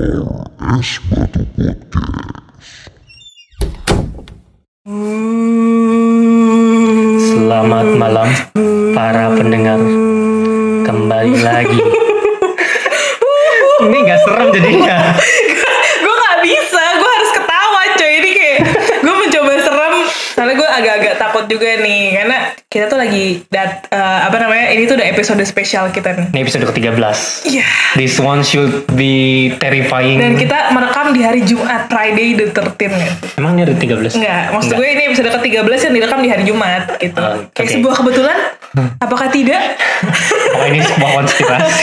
Es Batu Podcast. Selamat malam para pendengar. Kembali lagi. Ini gak serem jadinya. Gue gak bisa, gue harus ketawa coy. Ini kayak gue mencoba serem, soalnya gue agak-agak takut juga nih, karena kita tuh lagi ini tuh udah episode spesial kita nih. Ini episode ke-13. Iya. This one should be terrifying. Dan kita merekam di hari Jumat, Friday the 13th ya. Emang ini ada 13? Enggak, maksud gue ini episode ke-13 yang direkam di hari Jumat gitu. Kayak okay. sebuah kebetulan, apakah tidak? Oh, ini sebuah konspirasi.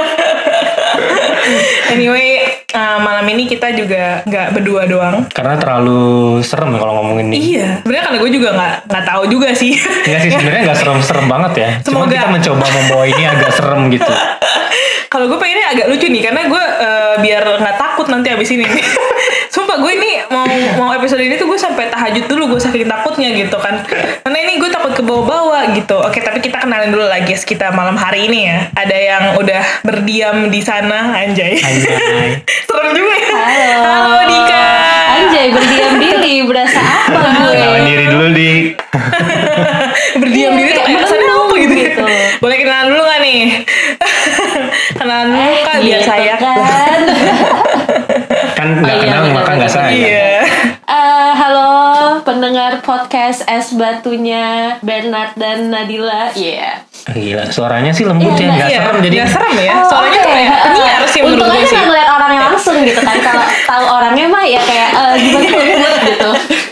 Anyway, malam ini kita juga nggak berdua doang. Karena terlalu serem ya kalau ngomongin ini. Iya, sebenarnya karena gue juga nggak tahu juga sih. Enggak sih, sebenarnya nggak serem-serem banget ya. Cuma Semoga. kita mencoba membawa ini agak serem gitu. Kalau gue pengennya agak lucu nih, karena gue biar nggak takut nanti abis ini. Sumpah gue ini mau episode ini tuh gue sampai tahajud dulu, gue saking takutnya gitu kan. Karena ini gue takut ke bawah-bawah gitu. Oke, tapi kita kenalin dulu lah guys kita malam hari ini ya. Ada yang udah berdiam di sana, anjay. Anjay. Serem juga ya. Halo Dika. Anjay, berdiam diri, berasa apa gue? Kenalan diri dulu di. Berdiam diri tuh kayak rasanya apa gitu. Boleh kenalan dulu gak nih? Kenalan dulu kan biar gitu saya kan. Kan nggak kenal maka nggak sayang. Iya. Halo pendengar podcast Es Batunya Bernard dan Nadila. Iya. Gila, suaranya sih lembut ya, nggak Iya, serem jadi. nggak serem ya. Oh, Soalnya oke. kayak penyiar sih menurut Untung gue aja sih. nggak ngeliat orangnya langsung gitu kan. Kalau tahu orangnya mah ya kayak gimana lembut gitu.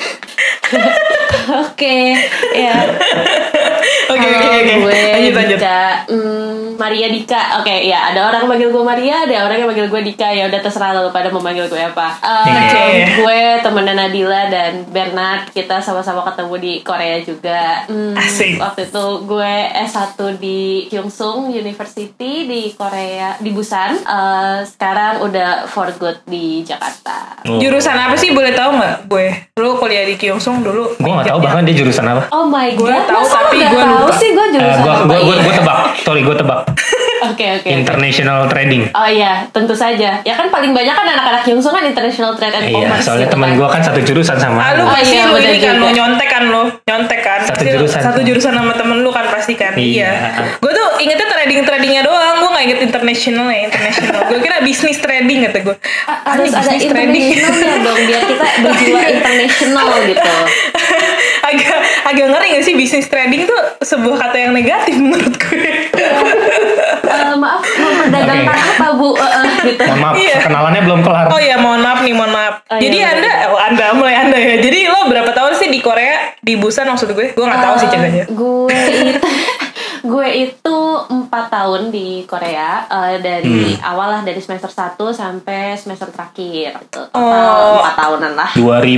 Oke, ya. Oke. Gue Lanjut. Dika, Maria Dika. Oke, ya ada orang manggil gue Maria, ada orang yang manggil gue Dika. Ya udah terserah lo pada mau manggil gue apa. Oke. Gue temennya Nadila dan Bernard. Kita sama-sama ketemu di Korea juga. Asik. Waktu itu gue S1 di Kyungsung University di Korea, di Busan. Sekarang udah for good di Jakarta. Oh. Jurusan apa sih boleh tahu nggak gue? Lu kuliah di Kyungsung dulu. Gue nggak tahu bahkan dia jurusan apa. Oh my Gue god, tahu, masa tapi lo nggak gue tahu lupa. sih gue jurusan apa? Gue tebak. Sorry, gue tebak. Oke. International Trading. Oh iya, tentu saja. Ya kan paling banyak kan anak-anak Kyungsung kan International Trade and Iya, Commerce. soalnya gitu teman kan. gue kan satu jurusan sama. Lu Oh, pasti iya, lu bener ini kan juga. lu nyontek kan. Satu Pasti lu jurusan. satu jurusan sama temen lu kan pasti kan. Iya. Gue tuh ingetnya tradingnya doang. Gue nggak inget international. Gue kira bisnis trading kata gue. Harus ada internationalnya dong biar kita berjiwa international gitu. agak ngeri gak sih bisnis trading tuh sebuah kata yang negatif menurut gue. Maaf, memperdagangkan apa bu? Gitu. Mohon maaf, Iya. kenalannya belum kelar. Oh ya, mohon maaf. Oh, Jadi iya, anda ya. Jadi lo berapa tahun sih di Korea, di Busan maksud gue? Gue nggak tahu sih ceritanya. Gue itu 4 tahun di Korea dari awal lah, dari semester 1 sampai semester terakhir gitu. Total 4 tahunan lah.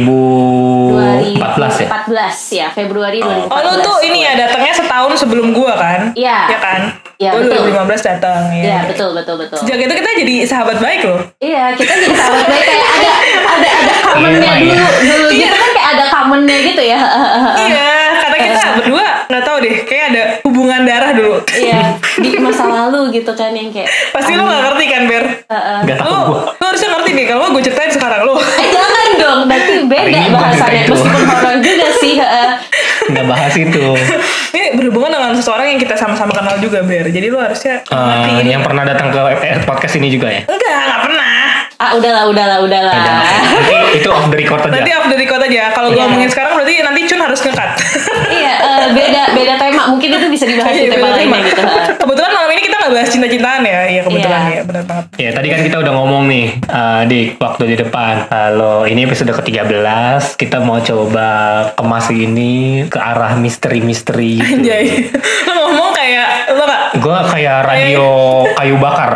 2014 ya? 2014 ya, Februari 2014. Oh, lo tuh ini ya datangnya setahun sebelum gue kan? Iya. Ya kan? Iya, Gue betul. 2015 datang ya. Iya, betul. Sejak itu kita jadi sahabat baik loh. Iya, kita jadi sahabat baik, kayak ada commonnya Iya. dulu gitu kan, kayak ada commonnya gitu ya. Iya, karena kita berdua nggak tahu deh, kayak ada hubungan darah dulu. Iya, di masa lalu gitu kan yang kayak Pasti lo nggak ngerti kan, Ber? Gak tahu Lo gue. harusnya ngerti deh kalau gue ceritain sekarang lo. jangan dong, berarti Hari beda ini bukan bahasanya cerita itu. meskipun horor juga sih. Nggak bahas itu. Ini berhubungan dengan seseorang yang kita sama-sama kenal juga, Ber. Jadi lo harusnya ngerti ini. Yang pernah datang ke podcast ini juga ya? Nggak pernah. Udahlah. Nanti itu off the record aja. Nanti off the record aja. Kalau gue Iya. ngomongin sekarang berarti nanti Cun harus nge-cut. Iya, beda tema. Mungkin itu bisa dibahas di Iya, tema beda lainnya tema. gitu. Kebetulan malam ini kita nggak bahas cinta-cintaan ya. Iya kebetulan Iya. ya, benar banget. Ya tadi kan kita udah ngomong nih di waktu di depan. Halo, ini episode ke-13. Kita mau coba kemas ini ke arah misteri-misteri gitu. Anjay. Lo ngomong kayak lo nggak? Gue kayak radio kayu bakar.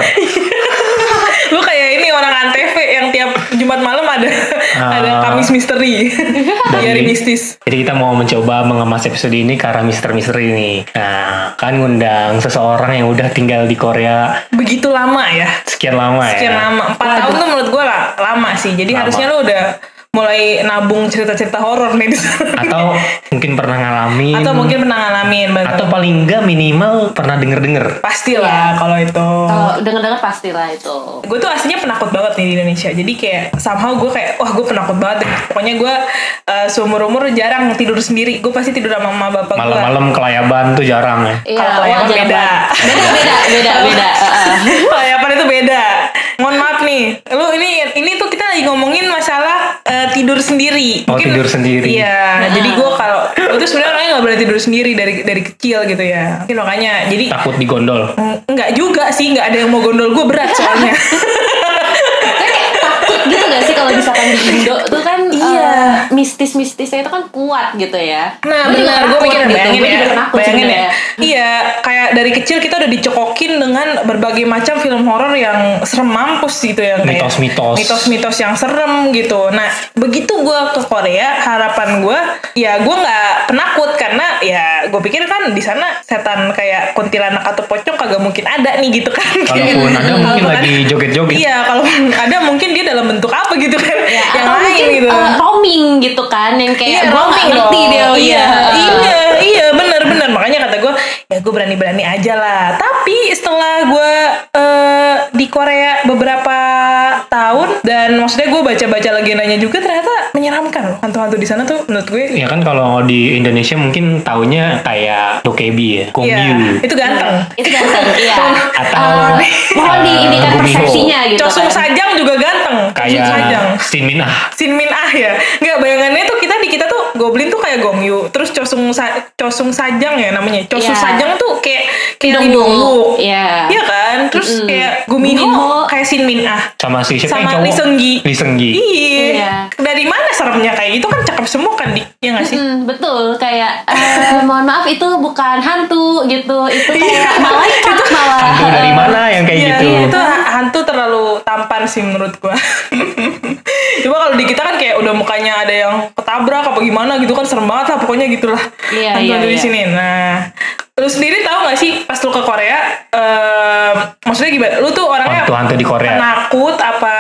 Lo kayak ini orang Antv yang tiap Jumat malam ada Kamis misteri. Dari mistis. Jadi kita mau mencoba mengemas episode ini ke arah misteri-misteri nih. Nah, kan ngundang seseorang yang udah tinggal di Korea Begitu lama ya. sekian lama ya. Sekian lama. 4 tahun tuh menurut gue lah lama sih. Jadi Lama. harusnya lo udah mulai nabung cerita-cerita horor nih di sana. Atau mungkin pernah ngalamin. Atau mungkin pernah ngalamin, bener. Atau paling enggak minimal pernah denger-denger. Pastilah kalau itu. Kalau dengar-dengar pastilah itu. Gue tuh aslinya penakut banget nih di Indonesia. Jadi kayak somehow gue kayak wah gue penakut banget deh. Pokoknya gue seumur-umur jarang tidur sendiri. Gue pasti tidur sama mama bapak gue. Malam-malam kelayaban tuh jarang ya. Iya, Kalau kelayaban jarang beda. banget. Beda. Kelayaban itu beda. Mohon maaf nih. Lu ini tuh kita lagi ngomongin masalah tidur sendiri. Oh, tidur sendiri. Iya. Jadi gue tuh sebenarnya orangnya nggak boleh tidur sendiri dari kecil gitu ya. Mungkin makanya jadi Takut digondol. enggak juga sih, nggak ada yang mau gondol gue, berat soalnya. Takut gitu gak sih kalau misalkan di Indo tuh kan Iya. mistis-mistisnya itu kan kuat gitu ya. Nah Gue juga benar, gue takut mikir gitu. bayangin Gue ya, juga takut bayangin ya. sebenarnya. Iya, kayak dari kecil kita udah dicokokin dengan berbagai macam film horor yang serem mampus gitu ya, kayak mitos-mitos yang serem gitu. Nah begitu gue ke Korea, harapan gue ya gue nggak penakut karena ya gue pikir kan di sana setan kayak kuntilanak atau pocong kagak mungkin ada nih gitu kan. Kalaupun ada mungkin Kalaupun lagi joget-joget. Iya, kalau ada mungkin dia dalam bentuk apa gitu kan, Ya, yang atau lain mungkin gitu. roaming gitu kan yang kayak gue gak roaming ngerti dong. dia. Iya benar makanya kata gue ya gue berani aja lah. Tapi setelah gue di Korea beberapa tahun dan maksudnya gue baca legendanya juga, ternyata menyeramkan loh hantu-hantu di sana tuh menurut gue. Ya kan kalau di Indonesia mungkin taunya kayak Dokebi ya, Gong Iya, Yoo. itu ganteng. Itu ganteng, iya. Atau mohon diindikan Gumiho. persepsinya gitu Chosung kan. Sajang juga ganteng. Chosung Sajang. Kayak Shin Min Ah. Sin Min Ah ya. Nggak, bayangannya tuh kita tuh Goblin tuh kayak Gong Yoo. Terus Chosung Sajang ya namanya. Chosung Iya. Sajang tuh kayak Lee Lee Dong-wook. Iya. Iya kan? Terus kayak Gumiho kayak Shin Min Ah. Sama si siapa yang Sama cowok? Lee Seung-gi. Lee Seung-gi. Iya. Dari mana seremnya kayak gitu kan cakep semua kan ya nggak sih? Betul, kayak mohon maaf itu bukan hantu gitu. Itu kayak malaikat malah. Hantu dari mana yang kayak Iya, gitu? itu hantu terlalu tampan sih menurut gua. Coba kalau di kita kan kayak udah mukanya ada yang ketabrak apa gimana gitu kan, serem banget lah pokoknya gitulah. Iya, hantu iya. di sini. Nah, lu sendiri tahu nggak sih pas lu ke Korea, maksudnya gimana? Lu tuh orangnya Hantu-hantu di Korea. penakut apa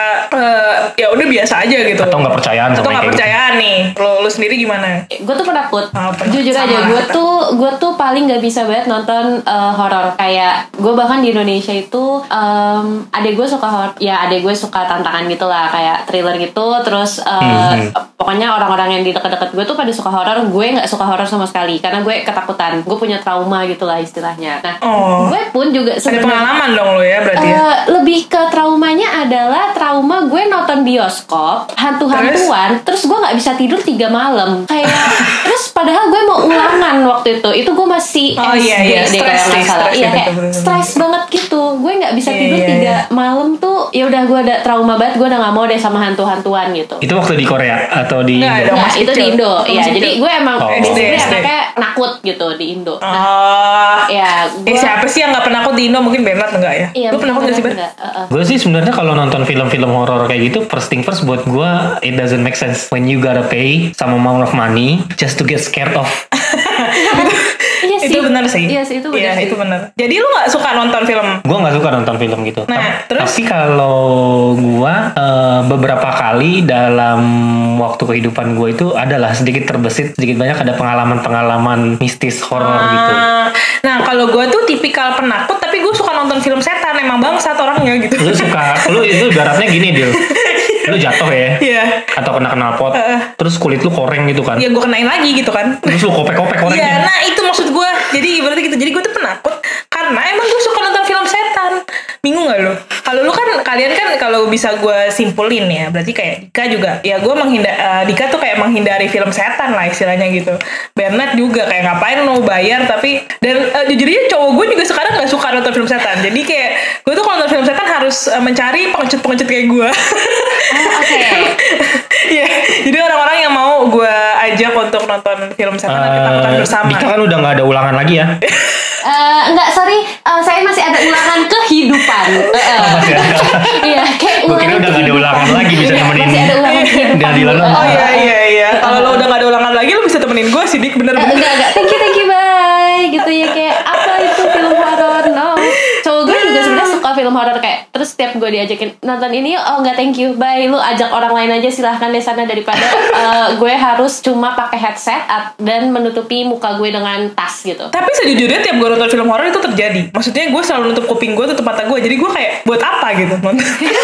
ya udah biasa aja gitu? Atau nggak percayaan sama Atau nggak kayak gitu? percayaan nih? Lu sendiri gimana? Gue tuh penakut. Penakut. Jujur Sama aja, lah kita. gue tuh paling nggak bisa banget nonton horor. Kayak gue bahkan di Indonesia itu adek gue suka horor. Ya adek gue suka tantangan gitu lah, kayak thriller gitu. Terus pokoknya orang-orang yang di dekat-dekat gue tuh pada suka horor. Gue nggak suka horor sama sekali karena gue ketakutan. Gue punya trauma gitu lah istilahnya. Nah, gue pun juga Ada sebenarnya pengalaman dong lo ya berarti ya? lebih ke traumanya adalah trauma gue nonton bioskop hantu-hantuan terus gue nggak bisa tidur 3 malam kayak terus padahal gue mau ulangan waktu itu gue masih SD deh kalau nggak salah. Iya kayak stres banget gitu, gue nggak bisa tidur 3 malam tuh. Ya udah gue ada trauma banget, gue udah nggak mau deh sama hantu-hantuan gitu. Itu waktu di Korea atau di Nggak, Indo? dong, Nah, masih itu di kecil. Indo. Ya, Masih jadi kecil. gue emang Oh. sebenarnya SD. anaknya nakut gitu di Indo. Ya, gue siapa sih yang nggak penakut di Indo? Mungkin Bernard enggak ya? Iya, Lu penakut nggak sih, Ber? enggak. Gue sih sebenarnya kalau nonton film-film horor kayak gitu, first thing first buat gue, it doesn't make sense when you gotta pay some amount of money just to get scared of. Iya sih. Itu benar sih. Iya sih, itu benar. Iya, sih. itu benar. Jadi lu nggak suka nonton film? Gue nggak suka nonton film gitu. Nah, terus? Tapi kalau gue beberapa kali dalam waktu kehidupan gue itu adalah sedikit terbesit, sedikit banyak ada pengalaman-pengalaman mistis horor gitu. Nah, kalau gue tuh tipikal penakut, tapi gue suka nonton film setan. Emang bangsat orangnya gitu. Lu itu ibaratnya gini Dil, lu jatuh ya, Iya. atau kena knalpot, terus kulit lu koreng gitu kan, Ya gue kenain lagi gitu kan. terus lu kopek-kopek Iya, korengnya. nah itu maksud gue. Jadi ibaratnya gitu. Jadi gue tuh penakut karena emang gue suka nonton film setan. Bingung gak lu? Kalau lu kan, kalian kan kalau bisa gue simpulin ya, berarti kayak Dika juga. Ya gue Dika tuh kayak menghindari film setan lah istilahnya gitu. Bernard juga kayak ngapain mau bayar tapi jujur aja cowok gue juga sekarang gak suka nonton film setan. Jadi kayak gue tuh kalau nonton film setan harus mencari pengecut-pengecut kayak gue. Oke. Iya, jadi orang-orang yang mau gue ajak untuk nonton film setan dan ketakutan bersama. Dika kan udah nggak ada ulangan lagi ya. Enggak, sorry, saya masih ada ulangan kehidupan. Masih ada. Iya, kayak Gue kira udah nggak ada ulangan lagi bisa Iya, nemenin masih ada ulangan kehidupan. Dari lalu. Oh iya. Kalau lo udah gak ada ulangan lagi, lo bisa temenin gue sih, Dik. Bener-bener. Enggak, thank you, bye. Gitu ya, kayak apa itu film horor? No. Cowok gue juga sebenarnya suka film horor kayak kayak terus setiap gue diajakin nonton ini, oh nggak thank you, bye, lu ajak orang lain aja silahkan di sana daripada gue harus cuma pakai headset dan menutupi muka gue dengan tas gitu. Tapi sejujurnya tiap gue nonton film horor itu terjadi. Maksudnya gue selalu nutup kuping gue, tutup mata gue. Jadi gue kayak buat apa gitu nonton.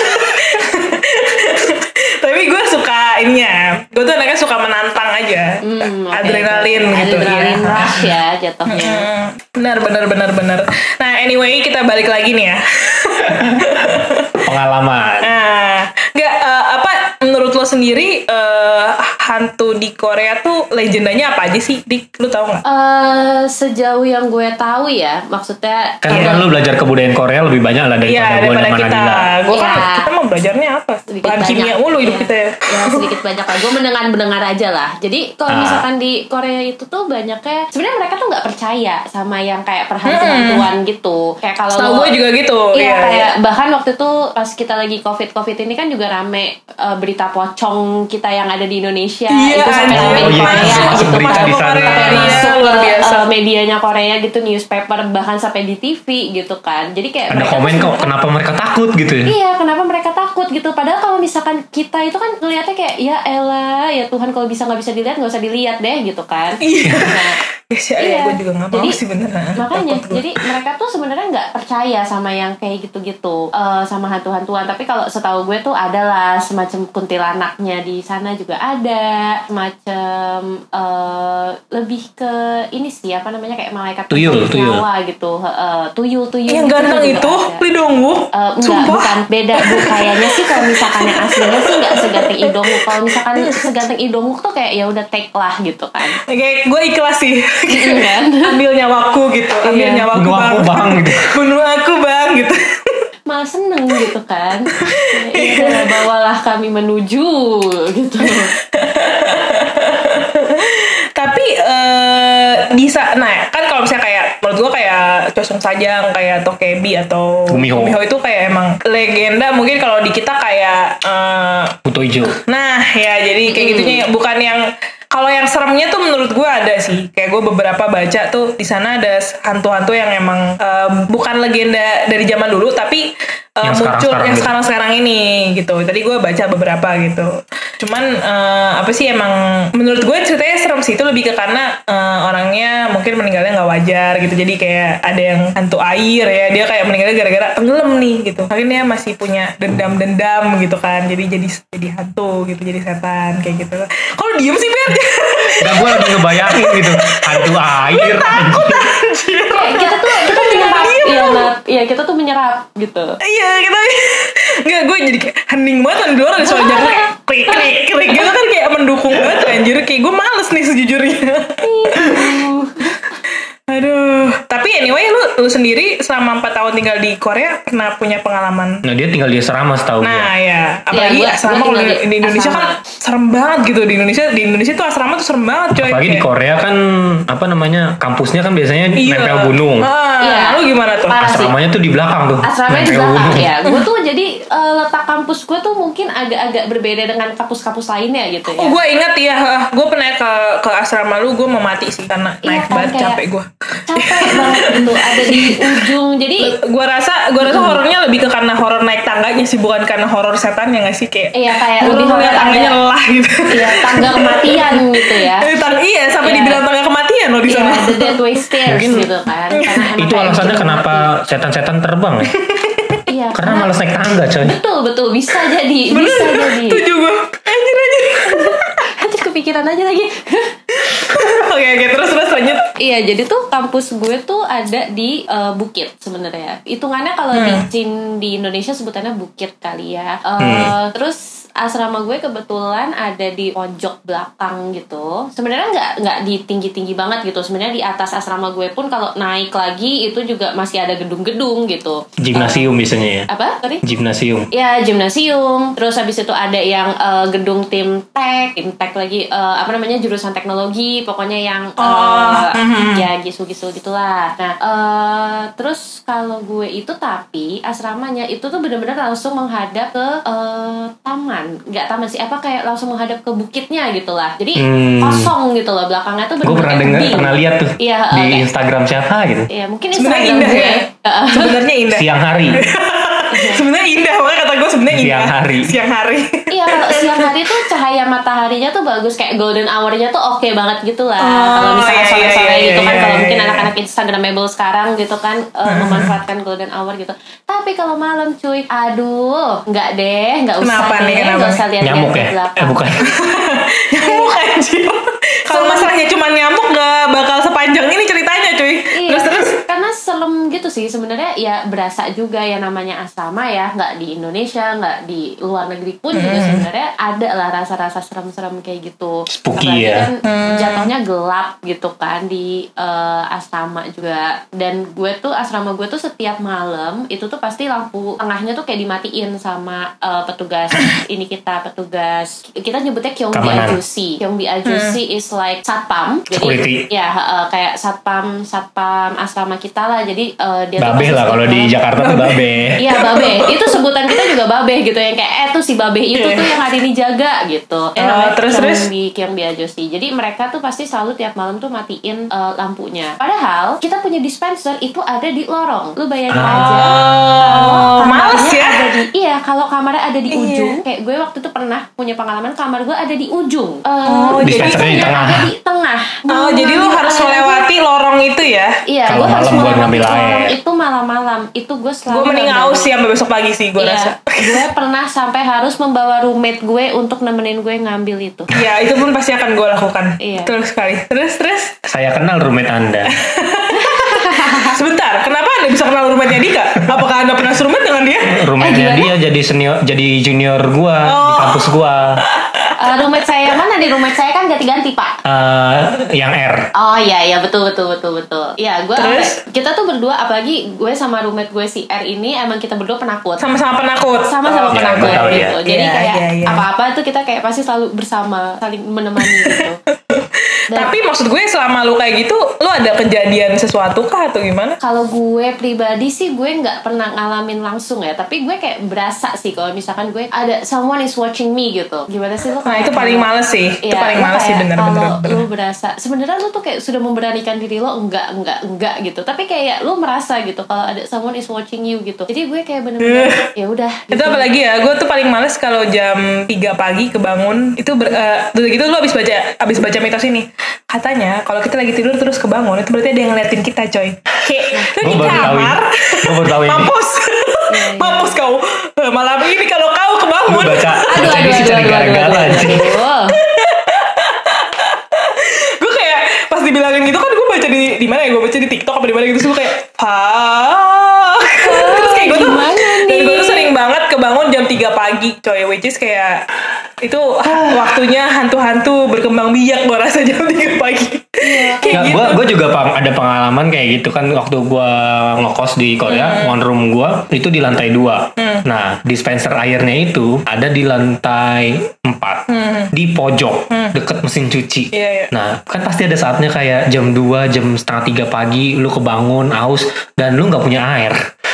Tapi gue suka ininya. Gue tuh anaknya suka menantang aja. Adrenalin gitu. Adrenalin rush ya jatuhnya. Benar. Nah anyway kita balik lagi nih ya. Pengalaman. Nah, apa menurut lo sendiri hantu di Korea tuh legendanya apa aja sih? Dik, lu tahu nggak? Sejauh yang gue tahu ya, maksudnya Kan lu belajar kebudayaan Korea lebih banyak lah daripada gue daripada sama kita. Nadila. Gue kan Iya. kita mau belajarnya apa? sedikit Bahan banyak kimia mulu hidup ya. kita ya. Ya sedikit banyak lah. Gue mendengar aja lah. Jadi kalau misalkan di Korea itu tuh banyaknya sebenarnya mereka tuh nggak percaya sama yang kayak perhantu-hantuan gitu. Kayak kalau Setahu gue juga gitu. Iya, kayak bahkan waktu itu pas kita lagi covid ini kan juga rame berita pocong kita yang ada di Indonesia. Iya, Itu sampai anjir. rame di Oh iya, Korea masuk gitu. berita di Masuk sana. Korea, Masuk luar ke, biasa. medianya Korea gitu, newspaper, bahkan sampai di TV gitu kan. Jadi kayak Ada mereka komen tuh kok kenapa mereka takut gitu ya. iya, kenapa mereka takut gitu. Padahal kalau misalkan kita itu kan ngeliatnya kayak ya elah, ya Tuhan kalau nggak bisa dilihat nggak usah dilihat deh gitu kan. Iya. Nah, Ya sih, gue juga nggak mau sih beneran. makanya Takut gue. jadi mereka tuh sebenarnya nggak percaya sama yang kayak gitu-gitu, sama hantu-hantuan. Tapi kalau setahu gue tuh adalah semacam kuntilanaknya di sana juga ada, semacam lebih ke ini sih apa namanya kayak malaikat Tuyul. Jawa gitu, tuyul Yang gitu ganteng juga itu, ada. Lee Dong Wook. Enggak, Sumpah. bukan, beda Bu. Kayaknya sih kalau misalkan yang aslinya sih nggak seganteng Lee Dong Wook. Kalau misalkan seganteng Lee Dong Wook tuh kayak ya udah take lah gitu kan. Kayak gue ikhlas sih. Kan? Ambil nyawaku gitu. Ambil Iya. nyawaku Bunuh aku, Bang, gitu. Bunuh aku bang gitu. Malah seneng gitu kan. Ya, bawalah kami menuju gitu. Tapi nah kan kalau misalnya kayak menurut gue kayak Chosung Sajang, kayak Tokebi atau Gumiho itu kayak emang legenda. Mungkin kalau di kita kayak Putu hijau. nah ya jadi kayak gitunya, bukan yang kalau yang seremnya tuh menurut gue ada sih. Kayak gue beberapa baca tuh di sana ada hantu-hantu yang emang bukan legenda dari zaman dulu, tapi Yang muncul sekarang-sekarang yang gitu. sekarang-sekarang ini gitu. Tadi gue baca beberapa gitu. Cuman apa sih emang menurut gue ceritanya serem sih. Itu lebih ke karena orangnya mungkin meninggalnya nggak wajar gitu. Jadi kayak ada yang hantu air ya. Dia kayak meninggalnya gara-gara tenggelam nih gitu. Mungkin dia masih punya dendam-dendam gitu kan. Jadi hantu gitu. Jadi setan kayak gitu. Kalau diem sih Fer. Dan gue lagi ngebayangin gitu hantu air. Kayak kita menyerap, iya kita tuh menyerap gitu. Iya kita nggak, gue jadi kayak hening banget kan di luar ada suara jantung kayak klik klik klik gitu kan, kayak mendukung banget anjir. Kayak gue males nih sejujurnya. Aduh. Tapi anyway lu sendiri selama 4 tahun tinggal di Korea pernah punya pengalaman? Nah dia tinggal di asrama setahu gue. Nah ya, apalagi gua asrama kalau tinggal di Indonesia asrama. kan serem banget gitu. Di Indonesia tuh asrama tuh serem banget coy. Apalagi di Kayak- Korea kan apa namanya kampusnya kan biasanya Iya. nempel gunung. Iya. Lu gimana tuh? Parah sih. Asramanya tuh di belakang tuh. Asramanya di nempel belakang gunung. ya. Gue tuh jadi letak kampus gue tuh mungkin agak-agak berbeda dengan kampus-kampus lainnya gitu ya. Oh gue ingat ya, gue pernah ke asrama lu, gue mau mati sih karena Iya naik kan, banget, kayak- capek gue. Capek banget gitu, ada di ujung. Jadi Gue rasa horornya lebih ke karena horor naik tangganya sih, bukan karena horor setan ya nggak sih, kayak iya kayak lu lebih ngeliat horor tangganya ada lelah gitu. iya tangga kematian gitu ya. Iya sampai Iya. dibilang tangga kematian loh di Iya, sana. the deathway stairs Mungkin gitu kan. Karena emang Itu kayak alasannya ujung kenapa setan-setan terbang ya? mati. Iya. Karena malas naik tangga coy. Betul bisa jadi, Bener, bisa jadi. setuju gue. Anjir. Aja kepikiran aja lagi. Oke terus lanjut. Iya, jadi tuh kampus gue tuh ada di bukit sebenarnya. Hitungannya kalau di Indonesia sebutannya bukit kali ya. Terus asrama gue kebetulan ada di pojok belakang gitu. Sebenarnya nggak di tinggi banget gitu. Sebenarnya di atas asrama gue pun kalau naik lagi itu juga masih ada gedung-gedung gitu. Gimnasium biasanya ya. Apa tadi? Gimnasium. Ya gimnasium. Terus habis itu ada yang gedung tim tech lagi apa namanya jurusan teknologi. Pokoknya yang ya gisu-gisu gitulah. Nah terus kalau gue itu tapi asramanya itu tuh benar-benar langsung menghadap ke taman. Nggak taman sih, apa kayak langsung menghadap ke bukitnya gitulah. Jadi kosong gitu loh belakangnya tuh Gue benar-benar pernah tebing. pernah lihat tuh Iya, di kayak- Instagram siapa gitu. Iya mungkin Sebenarnya Instagram indah gue. ya. Sebenarnya indah. Siang hari. Sebenarnya indah, makanya kata gue sebenarnya indah. Siang hari. Iya, kalau siang hari tuh cahaya mataharinya tuh bagus, kayak golden hour-nya tuh oke banget gitu lah. Kalau misalnya sore-sore gitu kan, kalau mungkin anak-anak Instagramable sekarang gitu kan memanfaatkan golden hour gitu. Tapi kalau malam cuy, aduh, nggak usah nggak usah lihat nyamuk ke ya? belakang. Bukan. Nyamuk anjir. Kalau masalahnya cuma nyamuk gak bakal sepanjang ini ceritanya cuy. Iya, terus karena serem gitu sih sebenarnya, ya berasa juga ya namanya asrama ya, nggak di Indonesia, nggak di luar negeri pun juga sebenarnya ada lah rasa-rasa serem-serem kayak gitu. Spooky. Apalagi kan jatuhnya gelap gitu kan di asrama juga. Dan asrama gue tuh setiap malam itu tuh pasti lampu tengahnya tuh kayak dimatiin sama petugas kita nyebutnya Kyongbi Ajusi. Kyongbi Ajusi is like satpam. Jadi ya kayak satpam asrama kita lah. Jadi dia babe lah kalau di Jakarta tuh babe. Iya, babe. Itu sebutan kita juga babe gitu, yang kayak tuh si babe itu tuh yang hari ini jaga gitu. Terus Kyongbi Ajusi. Jadi mereka tuh pasti selalu tiap malam tuh matiin lampunya. Padahal kita punya dispenser itu ada di lorong. Lu bayangin aja. Males ya. Kalau kamarnya ada di ujung, kayak gue waktu itu pernah punya pengalaman kamar gue ada di ujung. Dispensernya di tengah. Ada di tengah. Jadi lu harus melewati lorong itu ya? Iya, gue harus melewati lorong itu malam-malam. Itu gue selalu. Gue mending aus sih sampai besok pagi sih gue rasa. Gue pernah sampai harus membawa roommate gue untuk nemenin gue ngambil itu. Iya, itu pun pasti akan gue lakukan. Iya. Terus sekali. Terus. Saya kenal roommate Anda. Sebentar, kenapa Anda bisa kenal roommate-nya Dika? Apakah Anda pernah roommate dengan dia? Roommate-nya dia jadi junior gua di kampus gua. Roommate saya mana nih? Roommate saya kan ganti-ganti Pak. Yang R. Oh iya betul. Iya, kita tuh berdua, apalagi gue sama roommate gue si R ini emang kita berdua penakut. Sama-sama penakut. Sama-sama penakut gitu. Ya. Jadi apa-apa tuh kita kayak pasti selalu bersama, saling menemani gitu. Tapi maksud gue selama lu kayak gitu, lu ada kejadian sesuatu kah atau gimana? Kalau gue pribadi sih gue nggak pernah ngalamin langsung ya, tapi gue kayak berasa sih kalau misalkan gue ada someone is watching me gitu. Gimana sih lu? Nah itu paling males sih. Itu paling males sih bener. Kalau lu berasa sebenarnya lu tuh kayak sudah memberanikan diri lo enggak gitu. Tapi kayak lu merasa gitu kalau ada someone is watching you gitu. Jadi gue kayak bener-bener ya udah. Gitu. Itu apalagi ya, gue tuh paling males kalau jam 3 pagi kebangun. Itu terus gitu lu abis baca mitos ini. Katanya kalau kita lagi tidur terus kebangun itu berarti ada yang ngeliatin kita coy. Kayak lu di kamar. Gue baru tahu ini. Mampus kau. Malam ini kalau kau kebangun. Gue baca ini sih cari gara-gara sih. Gue kayak pas dibilangin gitu kan gue baca di mana ya, gue baca di TikTok apa di mana gitu, terus gue kayak terus kayak gue tuh dan gue tuh sering banget kebangun jam 3 pagi coy, which is kayak itu waktunya hantu-hantu berkembang biak gue rasa jam 3 pagi. Kayak gitu. Gue juga ada pengalaman kayak gitu kan waktu gue ngekos di Korea, one room gue itu di lantai 2. Nah, dispenser airnya itu ada di lantai 4 di pojok deket mesin cuci. Nah, kan pasti ada saatnya kayak jam 2, jam setengah 3 pagi lu kebangun aus dan lu nggak punya air.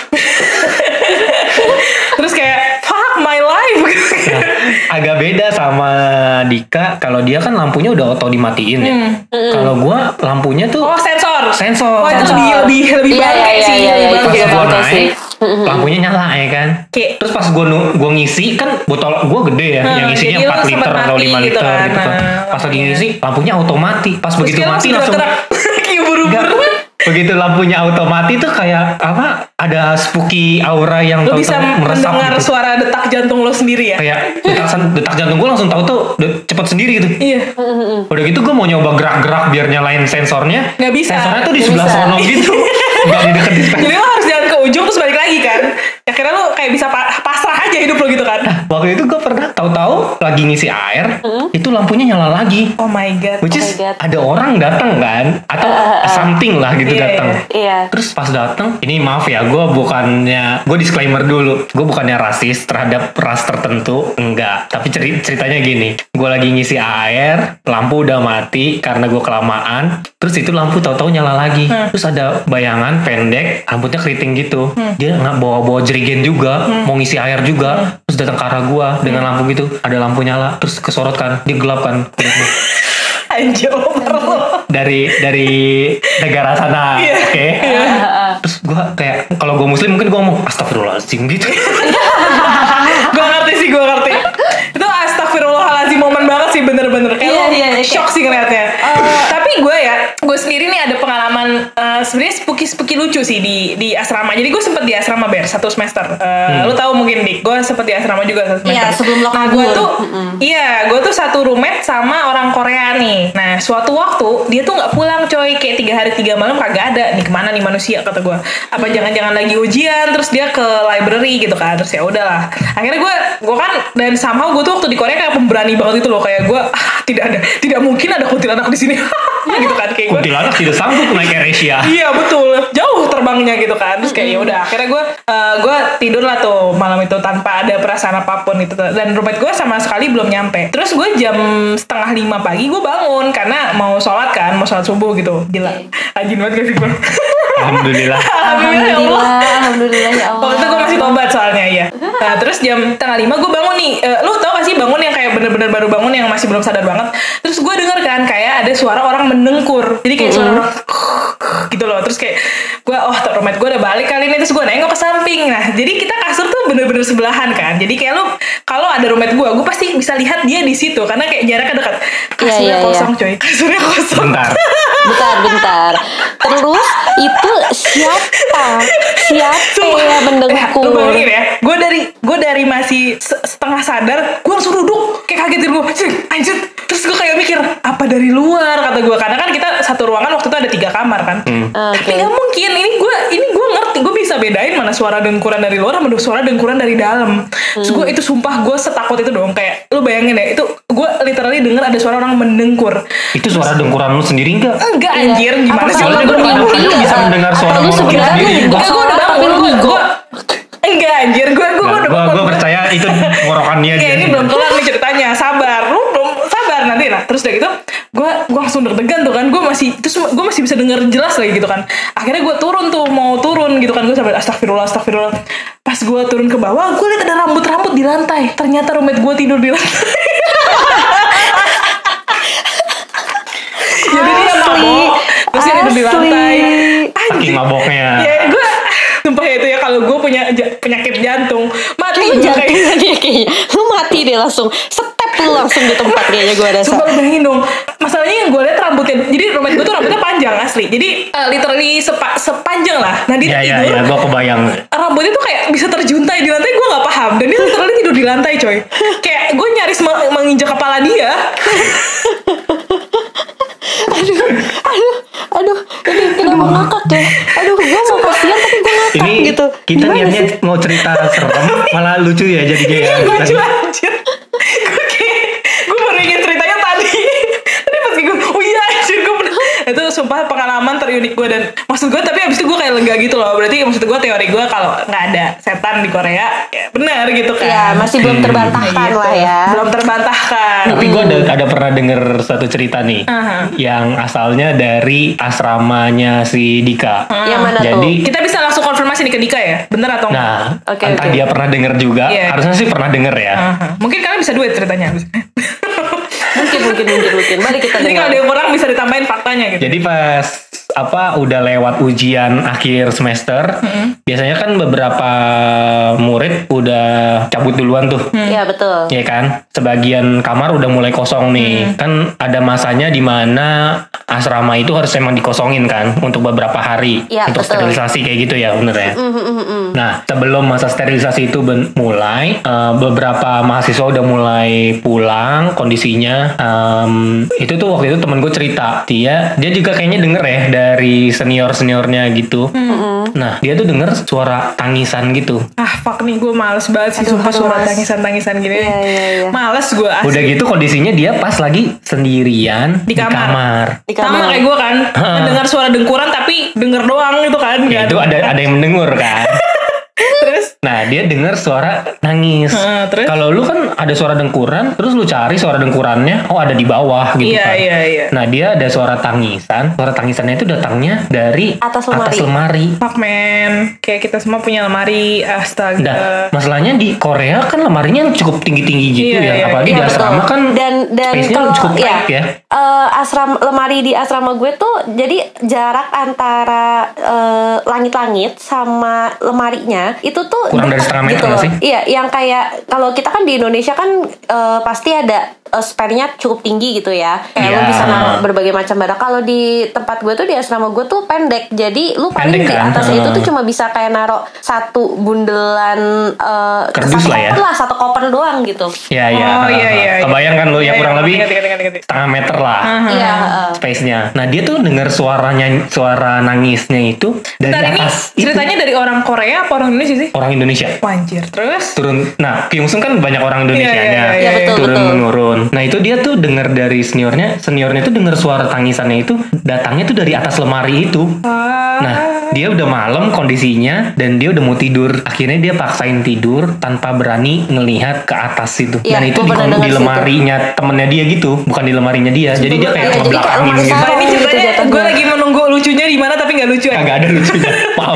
Terus kayak fuck my life. Nah, agak beda sama Dika, kalau dia kan lampunya udah auto dimatiin ya. Kalau gua lampunya tuh sensor. Oh, itu lebih bangke sih. Gua naik, lampunya nyala ya kan. Terus pas gua ngisi kan botol gua gede ya, yang isinya 4 liter atau 5 liter gitu kan. Pas lagi ngisi lampunya otomatis. Pas begitu mati langsung begitu lampunya otomatis tuh kayak apa, ada spooky aura yang lu bisa mendengar gitu. suara detak jantung lo sendiri ya, kayak detak jantung gue langsung tahu tuh cepet sendiri gitu. Iya. Udah gitu gue mau nyoba gerak-gerak biar nyalain sensornya, nggak bisa. Sensornya tuh di sebelah sono gitu, nggak di dekat dispenser. Jadi lo harus jalan ke ujung terus balik lagi kan. Ya kira lo kayak bisa pasrah aja hidup lo gitu kan. Waktu itu gue pernah tahu-tahu lagi ngisi air, itu lampunya nyala lagi. Oh my god. Which is ada orang datang kan, atau something lah gitu datang. Terus pas datang, ini maaf ya, gue disclaimer dulu, gue bukannya rasis terhadap ras tertentu, enggak. Tapi ceritanya gini, gue lagi ngisi air, lampu udah mati karena gue kelamaan. Terus itu lampu tahu-tahu nyala lagi. Terus ada bayangan pendek, rambutnya keriting gitu. Dia nggak bawa jerigen juga, mau ngisi air juga. Terus datang ke arah gue dengan lampu gitu, ada lampu nyala, terus kesorot kan, dia gelap kan. Anjir, dari negara sana. Oke. Terus gue kayak kalau gue muslim mungkin gue ngomong astagfirullahaladzim gitu. Gue ngerti. Itu astagfirullahaladzim momen banget sih, bener-bener kayak shock sih ngeliatnya. Tapi gue sendiri nih ada pengalaman sebenarnya spooky lucu sih di asrama. Jadi gue sempet di asrama Ber 1 semester. Lu tahu mungkin Dik, gue sempet di asrama juga 1 semester. Iya, sebelum lo kabur. Gue tuh satu roommate sama orang Korea nih. Nah, suatu waktu dia tuh nggak pulang coy, kayak 3 hari 3 malam kagak ada. Nih kemana nih manusia, kata gue. Apa jangan-jangan lagi ujian, terus dia ke library gitu kan. Terus ya udahlah. Akhirnya gue kan, dan somehow gue tuh waktu di Korea kayak pemberani banget itu loh, kayak gue tidak mungkin ada kuntilanak di sini. Gitu kan, kayak gue kuntilanak tidak sanggup naik AirAsia. Iya betul, jauh terbangnya gitu kan. Terus kayak ya udah, akhirnya gue tidur lah tuh malam itu tanpa ada perasaan apapun gitu. Dan roommate gue sama sekali belum nyampe. Terus gue jam 4:30 pagi gue bangun karena mau sholat subuh gitu. Gila, rajin banget gak sih gue? Alhamdulillah ya Allah. Waktu itu gue masih tobat soalnya ya. Nah terus jam 4:30 gue bangun nih. Lu tau gak sih bangun yang kayak bener-bener baru bangun yang masih belum sadar banget. Terus gue denger kan kayak ada suara orang mendengkur. Jadi kayak suara orang gitu loh. Terus kayak gue, roommate gue udah balik kali ini. Terus gue nengok ke samping. Nah jadi kita kasur tuh bener-bener sebelahan kan. Jadi kayak lu kalau ada roommate gue pasti bisa lihat dia di situ karena kayak jaraknya dekat. Kasurnya kosong coy. Kasurnya kosong. Bentar. Terus itu siapa yang mendengkur? Lu bayangin ya, gue dari masih setengah sadar, gue langsung duduk kayak kaget gue, anjir. Terus gue kayak mikir apa dari luar, kata gue, karena kan kita satu ruangan waktu itu ada 3 kamar kan. Tapi nggak mungkin, ini gue ngerti, gue bisa bedain mana suara dengkuran dari luar sama suara dengkuran dari dalam. Terus gue itu sumpah gue setakut itu dong, kayak lu bayangin ya, itu gue literally denger ada suara orang mendengkur. Itu suara dengkuran lu sendiri enggak? Enggak anjir, gimana sih? Lu bisa mendengar suara lu sendiri juga. Enggak anjir, gue percaya itu ngorokan dia. Ya ini belum kelar nih ceritanya, sabar nanti. Nah terus udah gitu gue langsung deg-degan tuh kan, gue masih bisa denger jelas lagi gitu kan. Akhirnya gue mau turun gitu kan, gue sampai astagfirullah. Pas gue turun ke bawah, gue liat ada rambut di lantai. Ternyata roommate gue tidur di lantai. Jadi dia mabok, terus dia tidur di lantai. Saking maboknya. Ya gue sumpah itu ya, kalau gue punya penyakit jantung mati gue kayaknya. Lu mati deh langsung. Step lu langsung di tempat kayaknya gue rasa. Sumpah bayangin dong. Masalahnya yang gue liat rambutnya. Jadi roommate gue tuh rambutnya panjang asli. Jadi literally sepanjang lah. Nah dia tidur. Iya gue kebayang. Rambutnya tuh kayak bisa terjuntai di lantai, gue gak paham. Dan dia literally tidur di lantai coy. Kayak gue nyaris menginjak kepala dia. Aduh, ini kita mau ngakak ya. Aduh, gue mau kasihan tapi gue ngakak ini gitu. Kita niatnya mau cerita serem, malah lucu ya jadinya ya. Lucu anjir. Gue baru ingat ceritanya tadi pas gue, oh iya anjir, gue itu sumpah pengalaman terunik gue. Dan maksud gue, tapi abis itu gue kayak lega gitu loh. Berarti maksud gue teori gue kalau nggak ada setan di Korea ya benar gitu kan. Ya masih belum terbantahkan gitu lah ya. Belum terbantahkan. Tapi gue ada pernah denger satu cerita nih yang asalnya dari asramanya si Dika. Yang mana jadi, tuh? Kita bisa langsung konfirmasi nih ke Dika ya, bener atau enggak? Nah, entah dia pernah denger juga. Harusnya sih pernah denger ya. Mungkin kalian bisa duet ceritanya. Mungkin. Mari kita dengar. Jadi kalau ada yang kurang bisa ditambahin faktanya gitu. Jadi pas udah lewat ujian akhir semester, biasanya kan beberapa murid udah cabut duluan tuh. Iya betul. Iya kan, sebagian kamar udah mulai kosong nih. Kan ada masanya di mana asrama itu harus emang dikosongin kan untuk beberapa hari untuk sterilisasi kayak gitu ya, bener ya. Nah sebelum masa sterilisasi itu mulai, beberapa mahasiswa udah mulai pulang kondisinya. Itu tuh waktu itu temen gue cerita, dia juga kayaknya denger ya dari seniornya gitu. Nah dia tuh denger suara tangisan gitu. Fuck nih, gue males banget sih sumpah suara tangisan gini. Iya. Males gue asli. Udah gitu kondisinya dia pas lagi sendirian di kamar. Sama kayak gue kan, dengar suara dengkuran tapi denger doang gitu kan. Ya, itu ada yang mendengur kan. Nah dia dengar suara nangis. Kalau lu kan ada suara dengkuran, terus lu cari suara dengkurannya, oh ada di bawah gitu kan. Iya. Nah dia ada suara tangisan. Suara tangisannya itu datangnya dari atas lemari. Fuck man, kayak kita semua punya lemari. Astaga. Nah, masalahnya di Korea kan lemarinya cukup tinggi-tinggi gitu ya. Apalagi di asrama kan dan space-nya cukup tight ya. Lemari di asrama gue tuh jadi jarak antara langit-langit sama lemarinya itu tuh kurang dari setengah meter gitu sih? Iya, yang kayak kalau kita kan di Indonesia kan pasti ada spare-nya cukup tinggi gitu ya. Kayak lu bisa naruh berbagai macam barang. Kalau di tempat gue tuh di asrama gue tuh pendek. Jadi lu paling di atas itu tuh cuma bisa kayak naruh satu bundelan kerdus satu koper doang gitu. Iya. Kebayang kan lu ya kurang lebih setengah meter lah. Space-nya. Nah, dia tuh dengar suara nangisnya itu dari atas. Ceritanya dari orang Korea apa orang Indonesia sih? Orang Indonesia. Anjir, terus turun. Nah, Kyungsung kan banyak orang Indonesianya. Iya, betul. Menurun. Nah, itu dia tuh dengar dari seniornya tuh dengar suara tangisannya itu datangnya tuh dari atas lemari itu. Nah, dia udah malam kondisinya dan dia udah mau tidur. Akhirnya dia paksain tidur tanpa berani ngelihat ke atas itu. Dan itu di lemarinya temennya dia gitu, bukan di lemarinya dia. Jadi dia kayak ngebelakangin gitu. Ini ceritanya gue lagi menunggu lucunya di mana tapi nggak lucu. Kagak ada lucunya. Maaf.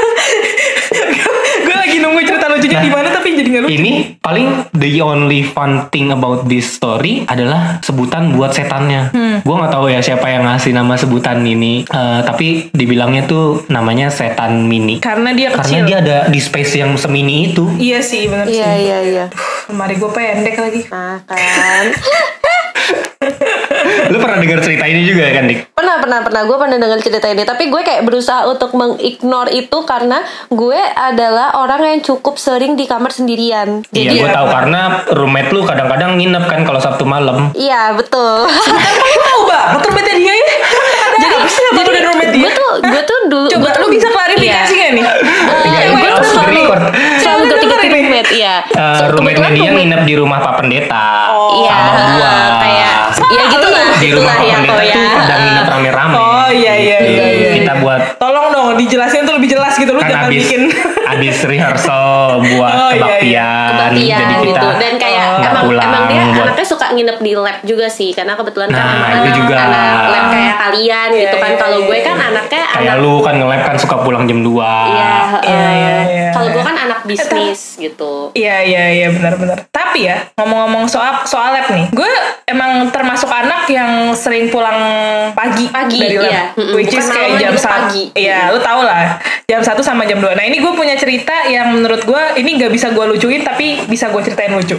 Gue lagi nunggu cerita lucunya di mana tapi jadi nggak lucu. Ini paling the only fun thing about this story adalah sebutan buat setannya. Gue nggak tahu ya siapa yang ngasih nama sebutan ini. Tapi dibilangnya tuh namanya setan mini. Karena dia kecil. Karena dia ada di space yang semini itu. Iya sih, benar sih. Iya. Lemari gue pendek lagi. Nah kan. Lu pernah dengar cerita ini juga kan, Dik? Pernah. Gue pernah dengar cerita ini. Tapi gue kayak berusaha untuk mengignore itu karena gue adalah orang yang cukup sering di kamar sendirian. Iya, gue tahu karena roommate lu kadang-kadang nginep kan kalau Sabtu malam. Iya, betul. Kamu tahu banget roommate dia ya? Jadi roommate dia. Gue tuh dulu. Coba lu bisa klarifikasi nggak nih? Gue tuh selalu ketiga roommate. Iya. Roommate dia nginep di rumah Pak Pendeta. Iya. Sama gua. Kayak ya gitulah. Di rumah Pak Pendeta tuh pada nginep rame-rame. Oh iya. Kita buat. Tolong dong dijelasin tuh lebih jelas gitu. Lu kan jangan bikin. Abis rehearsal buat kebaktian. Jadi kita gitu. Dan kayak emang dia buat... anaknya suka nginep di lab juga sih. Karena kebetulan kan itu juga anak lab kayak kalian gitu kan. Kalau gue kan anaknya kayak lu kan nge-lab kan suka pulang jam 2. Iya. Kalau gue kan anak bisnis gitu. Iya benar. Tapi ya ngomong-ngomong soal lab nih, gue emang termasuk anak yang sering pulang pagi dari lab, which is kayak jam 1. Iya, lu tau lah, jam 1 sama jam 2. Nah ini gue punya cerita yang menurut gue ini gak bisa gue lucuin tapi bisa gue ceritain lucu.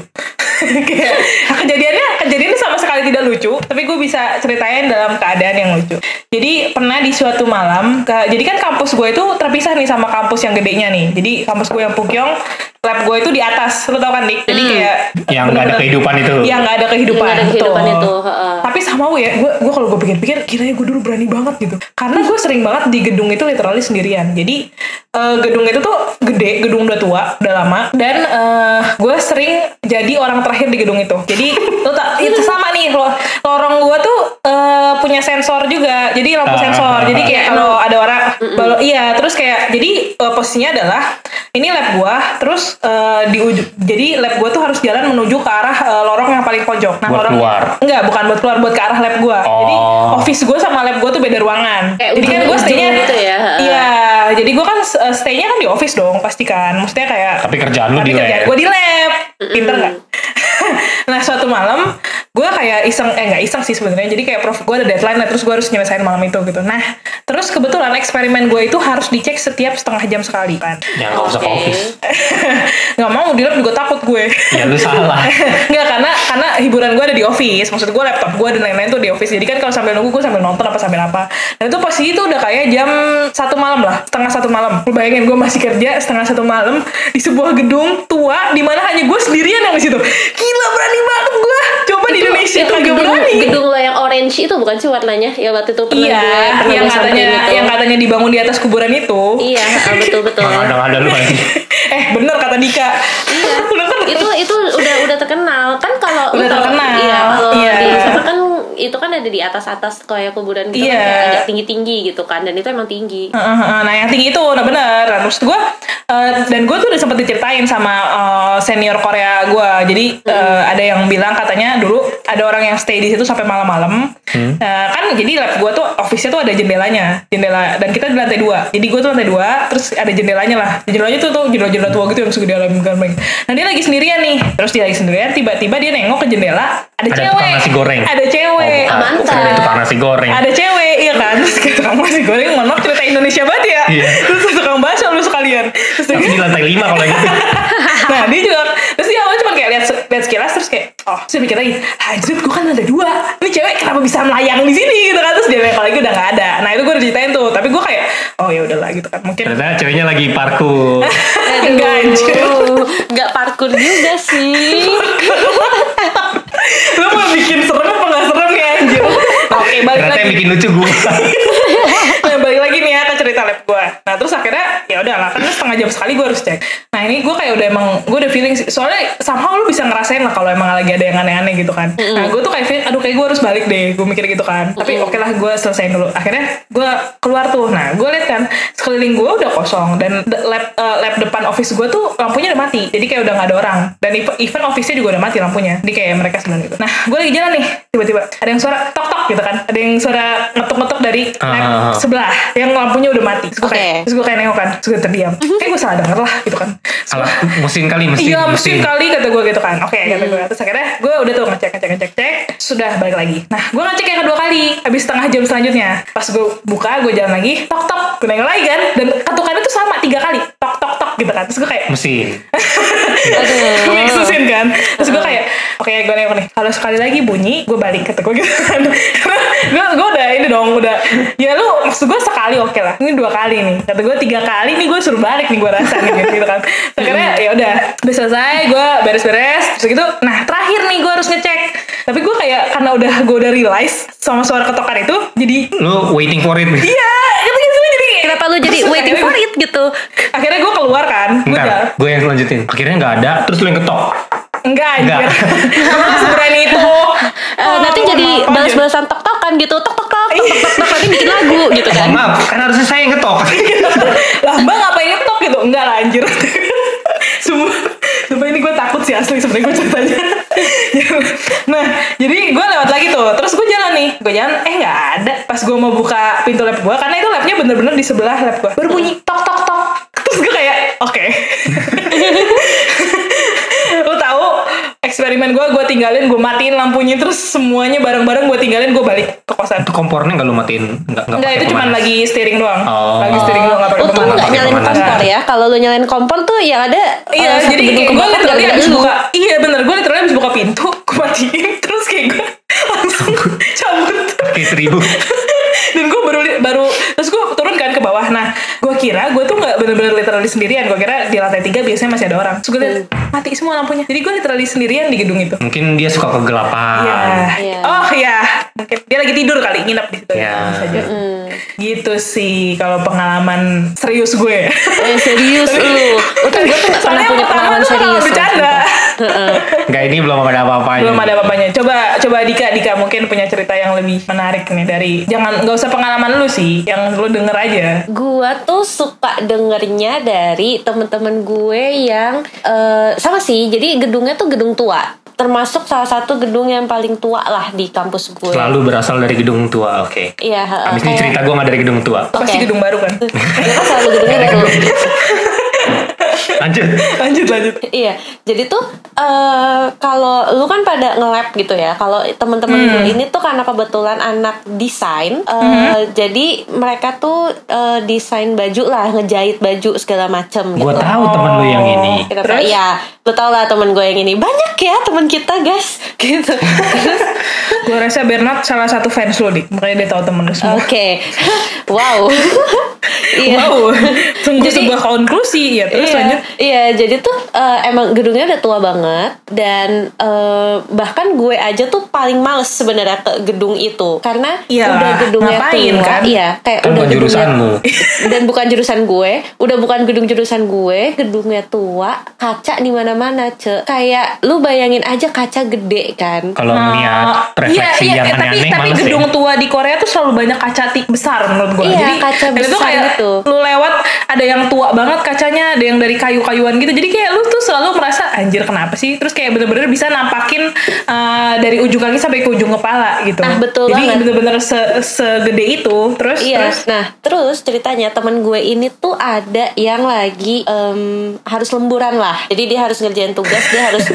Kejadiannya sama sekali tidak lucu, tapi gue bisa ceritain dalam keadaan yang lucu. Jadi pernah di suatu malam, jadi kan kampus gue itu terpisah nih sama kampus yang gedenya nih. Jadi kampus gue yang Pukyong, lab gue itu di atas, lu tau kan Dik? Jadi kayak yang nggak ada kehidupan itu. Yang nggak ada kehidupan itu. Tapi sama gue kalau gue pikir-pikir, kiranya gue dulu berani banget gitu. Karena gue sering banget di gedung itu literally sendirian. Jadi gedung itu tuh gede, gedung udah tua, udah lama. Dan gue sering jadi orang terakhir di gedung itu. Jadi itu sama nih, lorong gue tuh punya sensor juga. Jadi lampu sensor. Jadi kayak kalau ada orang, terus kayak jadi posisinya adalah ini lab gue, terus jadi lab gue tuh harus jalan menuju ke arah lorong yang paling pojok. Nah, buat keluar? Enggak, bukan buat keluar, buat ke arah lab gue. Jadi office gue sama lab gue tuh beda ruangan. Jadi kan gue stay-nya gitu ya. Iya, jadi gue kan stay-nya kan di office dong, pasti kan. Maksudnya kayak tapi kerjaan lu di lab. Gue di lab. Pinter enggak? Nah, suatu malam gue kayak nggak iseng sih sebenarnya. Jadi kayak prof gue ada deadline, terus gue harus nyelesain malam itu gitu. Nah, terus kebetulan eksperimen gue itu harus dicek setiap setengah jam sekali kan. Ya nggak usah ke office. Nggak mau di lab juga takut gue. Ya lu salah. Nggak, karena hiburan gue ada di office. Maksud gue laptop gue dan lain-lain tuh di office. Jadi kan kalau sambil nunggu gue sambil nonton apa sambil apa. Dan itu posisi itu udah kayak jam 1 malam lah, setengah 1 malam. Lu bayangin gue masih kerja setengah 1 malam di sebuah gedung tua di mana hanya gue sendirian yang di situ. Gila, berani banget gue. Coba di Indonesia kagak berani. Gedung lo yang orange itu bukan sih warnanya? Ya waktu itu pernah yang katanya dibangun di atas kuburan itu. Iya, betul. Ada lu lagi. Bener kata Dika. Iya. itu udah terkenal kan kalau udah terkenal. Iya, kalau di sana kan itu kan ada di atas kayak kuburan gitu kan kayak agak tinggi-tinggi gitu kan, dan itu emang tinggi. Nah yang tinggi itu udah bener. Terus gue dan gue tuh udah sempet diceritain sama senior Korea gue. Jadi ada yang bilang katanya dulu ada orang yang stay di situ sampai malam-malam. Kan jadi lab gue tuh office-nya tuh ada jendela, dan kita di lantai 2. Jadi gue tuh lantai 2, terus ada jendelanya lah. Jendelanya tuh jendela tua gitu yang suka dialamin. Nah dia lagi sendirian nih. Terus dia lagi sendirian, tiba-tiba dia nengok ke jendela, ada cewek. Tukang nasi goreng. Ada cewek. Mantap. Tukang nasi goreng. Ada cewek, iya kan? Terus kayak tukang nasi goreng, mohon maaf cerita Indonesia banget ya. Terus tukang bakso lu sekalian. Terus Tapi di lantai 5 kalau gitu. Nah dia juga, terus dia awalnya cuma kayak lihat sekilas, terus kayak saya mikir lagi, anjir gue kan ada 2, ini cewek kenapa bisa melayang di sini gitu kan. Terus dia nengok lagi udah gak ada. Nah itu gue udah ceritain tuh, tapi gue kayak ya udahlah gitu kan, mungkin ternyata ceweknya lagi parkur. enggak anjir, nggak parkur juga sih. lu mau bikin serem apa gak serem ya anjir. Oke, balik Ternyata lagi. yang bikin lucu gue. Nah, balik lagi nih ya ke cerita lab gue. Nah terus akhirnya ya udah lah, kan setengah jam sekali gue harus cek. Nah ini gue kayak udah emang gue udah feeling sih. Soalnya somehow lu bisa ngerasain lah kalau emang lagi ada yang aneh-aneh gitu kan. Nah gue tuh kayak feeling, aduh kayak gue harus balik deh. Gue mikir gitu kan. Tapi oke lah, gue selesaiin dulu. Akhirnya gue keluar tuh. Nah gue liat kan sekeliling gue udah kosong, dan lab depan office gue tuh lampunya udah mati. Jadi kayak udah gak ada orang. Dan even office-nya juga udah mati lampunya. Jadi kayak mereka sedang gitu. Nah gue lagi jalan nih, tiba-tiba ada yang suara tok-tok gitu kan. Ada yang suara ngetok-ngetok dari lab sebelah yang lampunya udah mati. Terus gue kayak nengok kan, terus gue terdiam. Kayak gue salah denger lah gitu kan. Salah mesin kali, Iya mesin kali kata gue gitu kan. Oke, kata gue. Terus akhirnya gue udah tuh ngecek. Sudah balik lagi. Nah gue ngecek yang kedua kali. Habis setengah jam selanjutnya. Pas gue buka, gue jalan lagi. Tok-tok. Gue nengok lagi kan. Dan ketukannya tuh sama 3 kali. Tok-tok-tok gitu kan. Terus gue kayak mesin. gue miksusin kan. Terus gue kayak oke, gue nengok nih. Kalau sekali lagi bunyi, gue balik kata gue gitu kan. Gue udah ini dong. Udah. Ya lu maksud gue sekali oke lah. Ini 2 kali nih. Kata gue 3 kali nih gue suruh balik nih, gue rasa nih gitu kan. Akhirnya ya udah selesai, gue beres-beres terus gitu. Nah terakhir nih gue harus ngecek, tapi gue kayak karena gue udah realize sama suara ketokan itu, jadi Lu waiting for it. iya gitu jadi Kenapa lu jadi waiting for it gitu? akhirnya gue keluar kan. Bentar, gue yang lanjutin. Akhirnya gak ada, terus lu yang ketok. Enggak anjir. Seberani itu. Nanti jadi balas-balasan tok-tokan gitu. Tok-tok-tok nanti bikin lagu gitu kan. Maaf, kan harusnya saya yang ketok. Lah mbak ngapain ngetok gitu? Enggak lah anjir. Sumpah ini gue takut sih asli sebenarnya gue ceritanya. Nah jadi gue lewat lagi tuh. Terus gue jalan nih. Gue jalan gak ada. Pas gue mau buka pintu lab gue, karena itu labnya bener-bener di sebelah lab gue, baru bunyi tok-tok-tok. Terus gue kayak oke. Lu tahu eksperimen gue tinggalin, gue matiin lampunya, terus semuanya bareng-bareng gue tinggalin, gue balik ke kosan. Itu kompornya gak lu matiin? Enggak, itu cuma lagi steering doang. Oh. Lagi steering doang, gak pakai Untung pemanasan. nggak nyalain kompor ya. Kalau lu nyalain kompor tuh yang ada Iya, satu jadi gedung kayak gue kebakar literally gara-gara abis lu. buka. Iya bener, gue literally abis buka pintu, gue matiin, terus kayak gue langsung cabut. Kayak 1000. Dan gue baru terus gue turun kan ke bawah. Nah gue kira gue tuh nggak bener-bener literally sendirian. Gue kira di lantai 3 biasanya masih ada orang. Terus gue liat mati semua lampunya. Jadi gue literally sendirian di gedung itu. Mungkin dia suka kegelapan. Iya. Oh iya, mungkin dia lagi tidur kali, nginep di situ. Iya. Bisa aja. Gitu sih kalau pengalaman serius gue. Serius lu. Untung gue tuh gak pernah Soalnya punya pengalaman pertama tuh serius. bercanda. Enggak, ini belum ada apa-apanya. Belum ada apa-apanya. Coba Dika mungkin punya cerita yang lebih menarik nih dari, jangan nggak usah pengalaman lu sih, yang lu denger aja. Gua tuh suka dengernya dari temen-temen gue yang sama sih. Jadi gedungnya tuh gedung tua. Termasuk salah satu gedung yang paling tua lah di kampus gue. Selalu berasal dari gedung tua, oke. Iya. Abis ini cerita gue gak dari gedung tua. Pasti gedung baru kan? Dia kan selalu gedungnya baru. Lanjut. Iya, jadi tuh kalau lu kan pada nge-lab gitu ya. Kalau teman-teman gue ini tuh karena kebetulan anak desain, jadi mereka tuh desain baju lah, ngejahit baju segala macem gitu. Gue tahu temen lu yang ini. Iya, lu tau lah temen gue yang ini. Banyak ya temen kita guys, gitu. Gue rasa Bernard salah satu fans lo dik, makanya dia tahu temen lu semua. Oke. Wow. Wow, tunggu sebuah konklusi ya. Terus lanjut. Iya, jadi tuh emang gedungnya udah tua banget dan bahkan gue aja tuh paling males sebenarnya ke gedung itu karena udah gedungnya tua kan? Iya, kayak kan udah bukan jurusanmu. Dan bukan jurusan gue, udah bukan gedung jurusan gue, gedungnya tua, kaca di mana-mana, kayak lu bayangin aja kaca gede kan. Kalau ngeliat refleksi yang aneh-aneh tapi males gedung tua di Korea tuh selalu banyak kaca besar menurut gue. Iya, Jadi kaca besar itu kayak gitu. Lu lewat ada yang tua banget kacanya, ada yang dari kayu-kayuan gitu. Jadi kayak lu tuh selalu merasa anjir kenapa sih? Terus kayak bener-bener bisa nampakin dari ujung kaki sampai ke ujung kepala gitu. Nah, betul Jadi banget. bener-bener segede itu. Terus Iya. Nah, terus ceritanya temen gue ini tuh ada yang lagi harus lemburan lah. Jadi dia harus ngerjain tugas, dia harus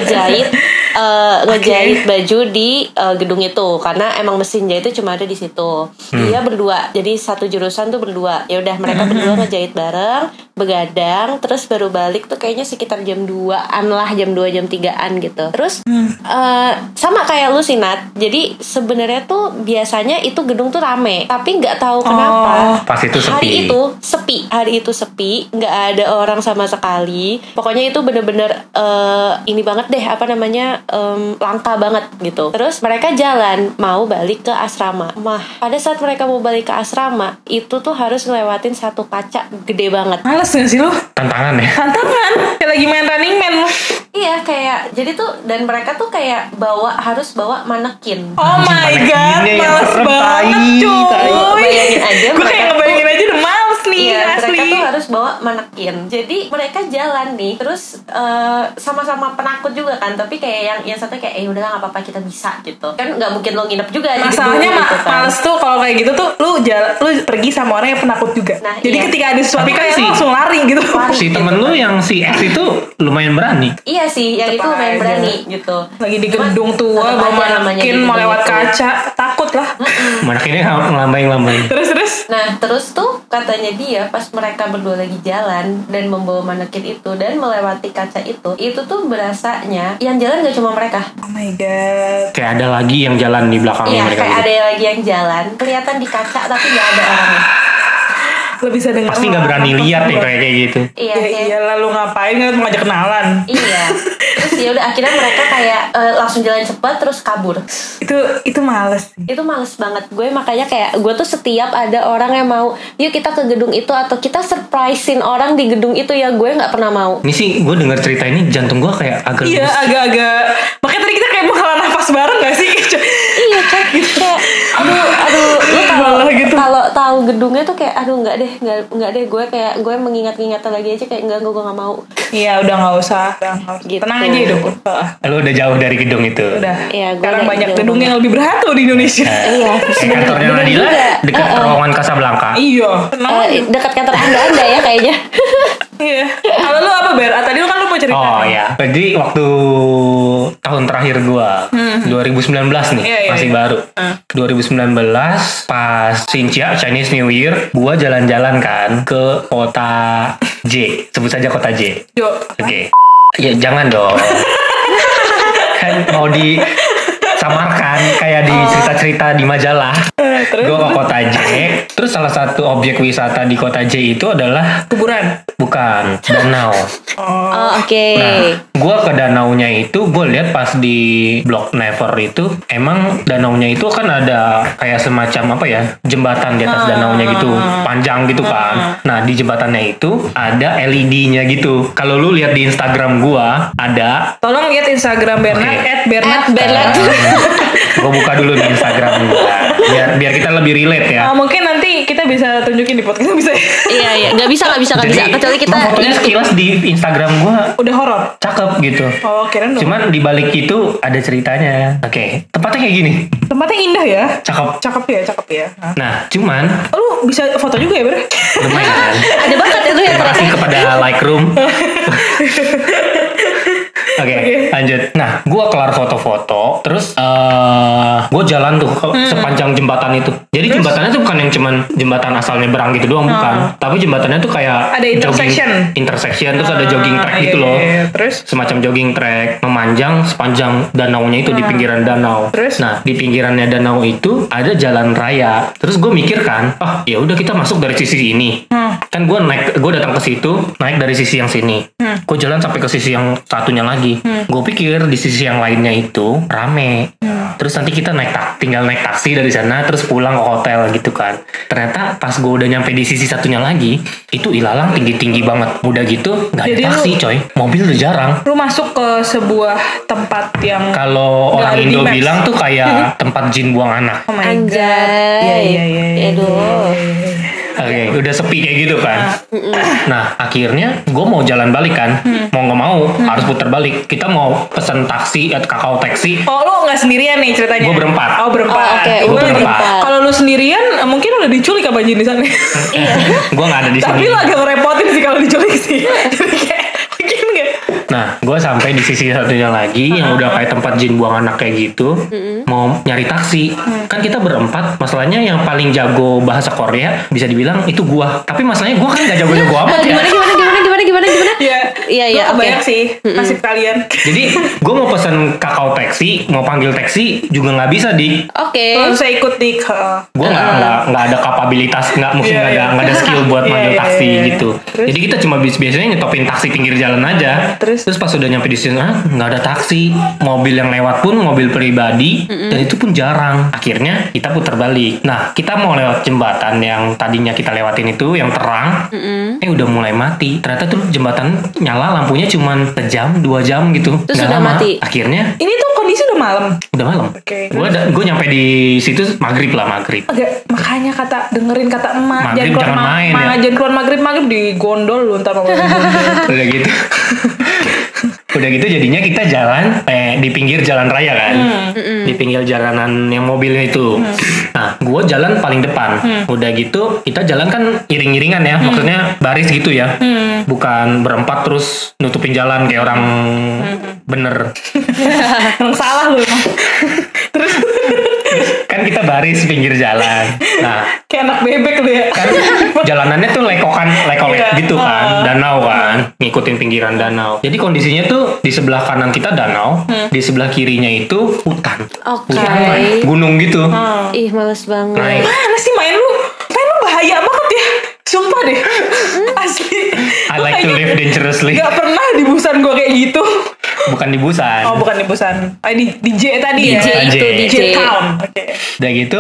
ngejahit baju di gedung itu karena emang mesin jahit itu cuma ada di situ. Dia berdua. Jadi satu jurusan tuh berdua. Ya udah mereka berdua ngejahit bareng, begadang, terus baru balik tuh kayaknya sekitar jam 2-an lah, jam 2 jam 3-an gitu. Terus sama kayak lu sih Nat. Jadi sebenarnya tuh biasanya itu gedung tuh rame, tapi nggak tahu kenapa pas itu sepi. Hari itu sepi, nggak ada orang sama sekali. Pokoknya itu bener-bener ini banget deh, apa namanya, langka banget gitu. Terus mereka jalan mau balik ke asrama. Pada saat mereka mau balik ke asrama itu tuh harus ngelewatin satu kaca gede banget. males gak sih lu? Tantangan ya. Kayak lagi main Running Man lu. Iya, kayak jadi tuh, dan mereka tuh kayak harus bawa manekin. Oh my god, manekinnya yang males serem, banget tai. cuy. Bayangin aja Gue kayak ngebayangin aja udah males nih. Iya, asli. mereka tuh harus bawa manekin. Jadi mereka jalan nih, terus sama-sama penakut juga kan. Tapi kayak yang satu kayak udah nggak apa-apa, kita bisa gitu. Kan nggak mungkin lo nginep juga. Masalahnya gitu kan. males tuh kalau kayak gitu tuh lu pergi sama orang yang penakut juga. Nah, jadi iya. ketika ada sesuatu Tapi kan kayak sih, langsung lari gitu. Si temen lu yang si X itu lumayan berani. Iya sih, yang itu Tetep main aja. berani gitu. Lagi di Cuman, gedung tua, tetep bawa aja namanya manekin, di mau gedung lewat itu. kaca, takut lah. Manekinnya ngelambain-lambain. Terus Nah, terus tuh katanya dia pas mereka berdua lagi jalan dan membawa manekin itu dan melewati kaca itu tuh berasanya yang jalan gak cuma mereka. oh my god. Kayak ada lagi yang jalan di belakangnya Iya, mereka. kayak gitu. ada lagi yang jalan, kelihatan di kaca tapi gak ada orangnya. Lo bisa dengar. Pasti nggak berani lihat nih kayak gitu. Iya, Ya kayak iya lalu ngapain kan mau ngajak kenalan. iya. Terus ya udah akhirnya mereka kayak langsung jalan cepat terus kabur. Itu males sih. Itu males banget gue, makanya kayak gue tuh setiap ada orang yang mau yuk kita ke gedung itu atau kita surprisein orang di gedung itu, ya gue nggak pernah mau. Ini sih gue denger cerita ini jantung gue kayak agak Iya lemes. agak-agak. Makanya tadi kita kayak menghela nafas bareng gak sih? Iya kayak aduh lu Malah gitu. kalau tahu gedungnya tuh kayak aduh nggak deh gue mengingat-ingat lagi aja kayak enggak, gue nggak mau. Iya udah nggak usah. Gitu. Tenang aja hidup. Lu udah jauh dari gedung itu. Udah. Iya, gue Sekarang udah banyak jauh gedung banget. yang lebih berhantu di Indonesia. Iya, Kayak kantornya bener Nadila juga. dekat terowongan Casablanca. Iya. Tenang aja. Dekat kantor anda ya kayaknya. Iya. Kalau lu apa Ber? Tadi lu kan lu mau cerita. Oh nih. ya. Jadi waktu tahun terakhir gua 2019 nih, Iya, iya, masih iya. baru. 2019 pas Xinjia Chinese New Year, gua jalan-jalan kan ke kota J. Sebut saja kota J. Jo. Oke. Ya jangan dong. Kan mau disamarkan kayak di cerita-cerita di majalah. Terus Gue ke kota J. Terus salah satu objek wisata di kota J itu adalah kuburan. bukan danau. Oh, oke. Nah, gue ke danaunya itu, gue lihat pas di blog Never itu, emang danaunya itu kan ada kayak semacam apa ya, jembatan di atas danaunya gitu, panjang gitu kan. Nah, di jembatannya itu ada LED-nya gitu. Kalau lu lihat di Instagram gue, ada. Tolong lihat Instagram Bernard Oke. @Bernard. Gue buka dulu di Instagram gue, biar kita lebih relate ya. Mungkin nanti kita bisa tunjukin di podcast bisa. Iya, nggak bisa kecuali kita fotonya sekilas di Instagram gue Udah horor. cakep gitu. Oh, keren dong. Cuman di balik itu ada ceritanya. Oke, tempatnya kayak gini. Tempatnya indah ya. Cakep. Cakep ya. Nah, cuman Oh, lu bisa foto juga ya, Ber? lumayan. ada bakat itu ya Terima kasih kepada Lightroom. Oke, lanjut. Nah, gue kelar foto-foto, terus gue jalan tuh sepanjang jembatan itu. Jadi jembatannya tuh bukan yang cuman jembatan asal nyebrang gitu doang, bukan. Tapi jembatannya tuh kayak ada intersection, terus ada jogging track gitu loh. Terus semacam jogging track memanjang sepanjang danaunya itu di pinggiran danau. Terus? Nah, di pinggirannya danau itu ada jalan raya. Terus gue mikir kan, ya udah kita masuk dari sisi ini. Kan gue datang ke situ, naik dari sisi yang sini. Gue jalan sampai ke sisi yang satunya lagi. Gue pikir di sisi yang lainnya itu rame. Terus nanti kita tinggal naik taksi dari sana, terus pulang ke hotel gitu kan. Ternyata pas gue udah nyampe di sisi satunya lagi, itu ilalang tinggi-tinggi banget. Udah gitu nggak ada taksi coy, mobil udah jarang. Lu masuk ke sebuah tempat yang kalau orang Indo bilang tuh kayak tempat jin buang anak. Oh my Anjay. Iya. Aduh. Oke, udah sepi kayak gitu kan. Nah, akhirnya gue mau jalan balik kan. Mau nggak mau harus putar balik. Kita mau pesen taksi atau kakao taksi. Oh, lu nggak sendirian nih ceritanya? Gue berempat. Oh, berempat. Oke, Gue berempat. Kalau lu sendirian mungkin udah diculik apa jin di sana. Iya. Gue nggak ada di sini. Tapi lu agak ngerepotin sih kalau diculik sih. Jadi kayak mungkin nggak. Nah, gue sampai di sisi satunya lagi yang udah kayak tempat jin buang anak kayak gitu. Mau nyari taksi. Kan kita berempat. Masalahnya yang paling jago bahasa Korea bisa dibilang itu gue. Tapi masalahnya gue kan gak jago-jago amat ya. Gimana? Iya. Banyak sih nasib kalian. Jadi gue mau pesen kakao taksi, mau panggil taksi juga nggak bisa Oke. Kalau saya ikut di gue nggak ada kapabilitas, mungkin nggak ada skill buat manggil taksi gitu. Terus? Jadi kita cuma biasanya nyetopin taksi pinggir jalan aja. Terus pas udah nyampe di sini nggak ada taksi, mobil yang lewat pun mobil pribadi dan itu pun jarang. Akhirnya kita putar balik. Nah, kita mau lewat jembatan yang tadinya kita lewatin itu yang terang, udah mulai mati. Ternyata tuh jembatan nyala lampunya cuma sejam 2 jam gitu. Terus Nggak udah lama. mati. Akhirnya ini tuh kondisi udah malam. udah malam. Oke. Gue nyampe di situ maghrib. Makanya dengerin kata emak Maghrib jangan main ya. Jangan keluar maghrib di gondol lu ntar mau Udah gitu. Udah gitu jadinya kita jalan di pinggir jalan raya kan. Di pinggir jalanan yang mobilnya itu. Nah, gue jalan paling depan. Udah gitu kita jalan kan iring-iringan ya. Maksudnya baris gitu ya. Bukan berempat terus nutupin jalan kayak orang bener. yang salah lu. Terus Kan kita baris pinggir jalan. Nah, kayak anak bebek lu ya. kan jalanannya tuh lekok Iya. gitu kan, danau kan, ngikutin pinggiran danau. Jadi kondisinya tuh di sebelah kanan kita danau, di sebelah kirinya itu hutan. Oke. Hutan, gunung gitu. Ih, males banget. Naik. Mana sih main lu bahaya banget ya. Sumpah deh. Asli. I like to live dangerously. Gak pernah di Busan gue kayak gitu. Bukan di Busan. Oh, bukan di Busan. Di J tadi DJ ya. itu DJ. DJ. Town. Oke. Udah gitu,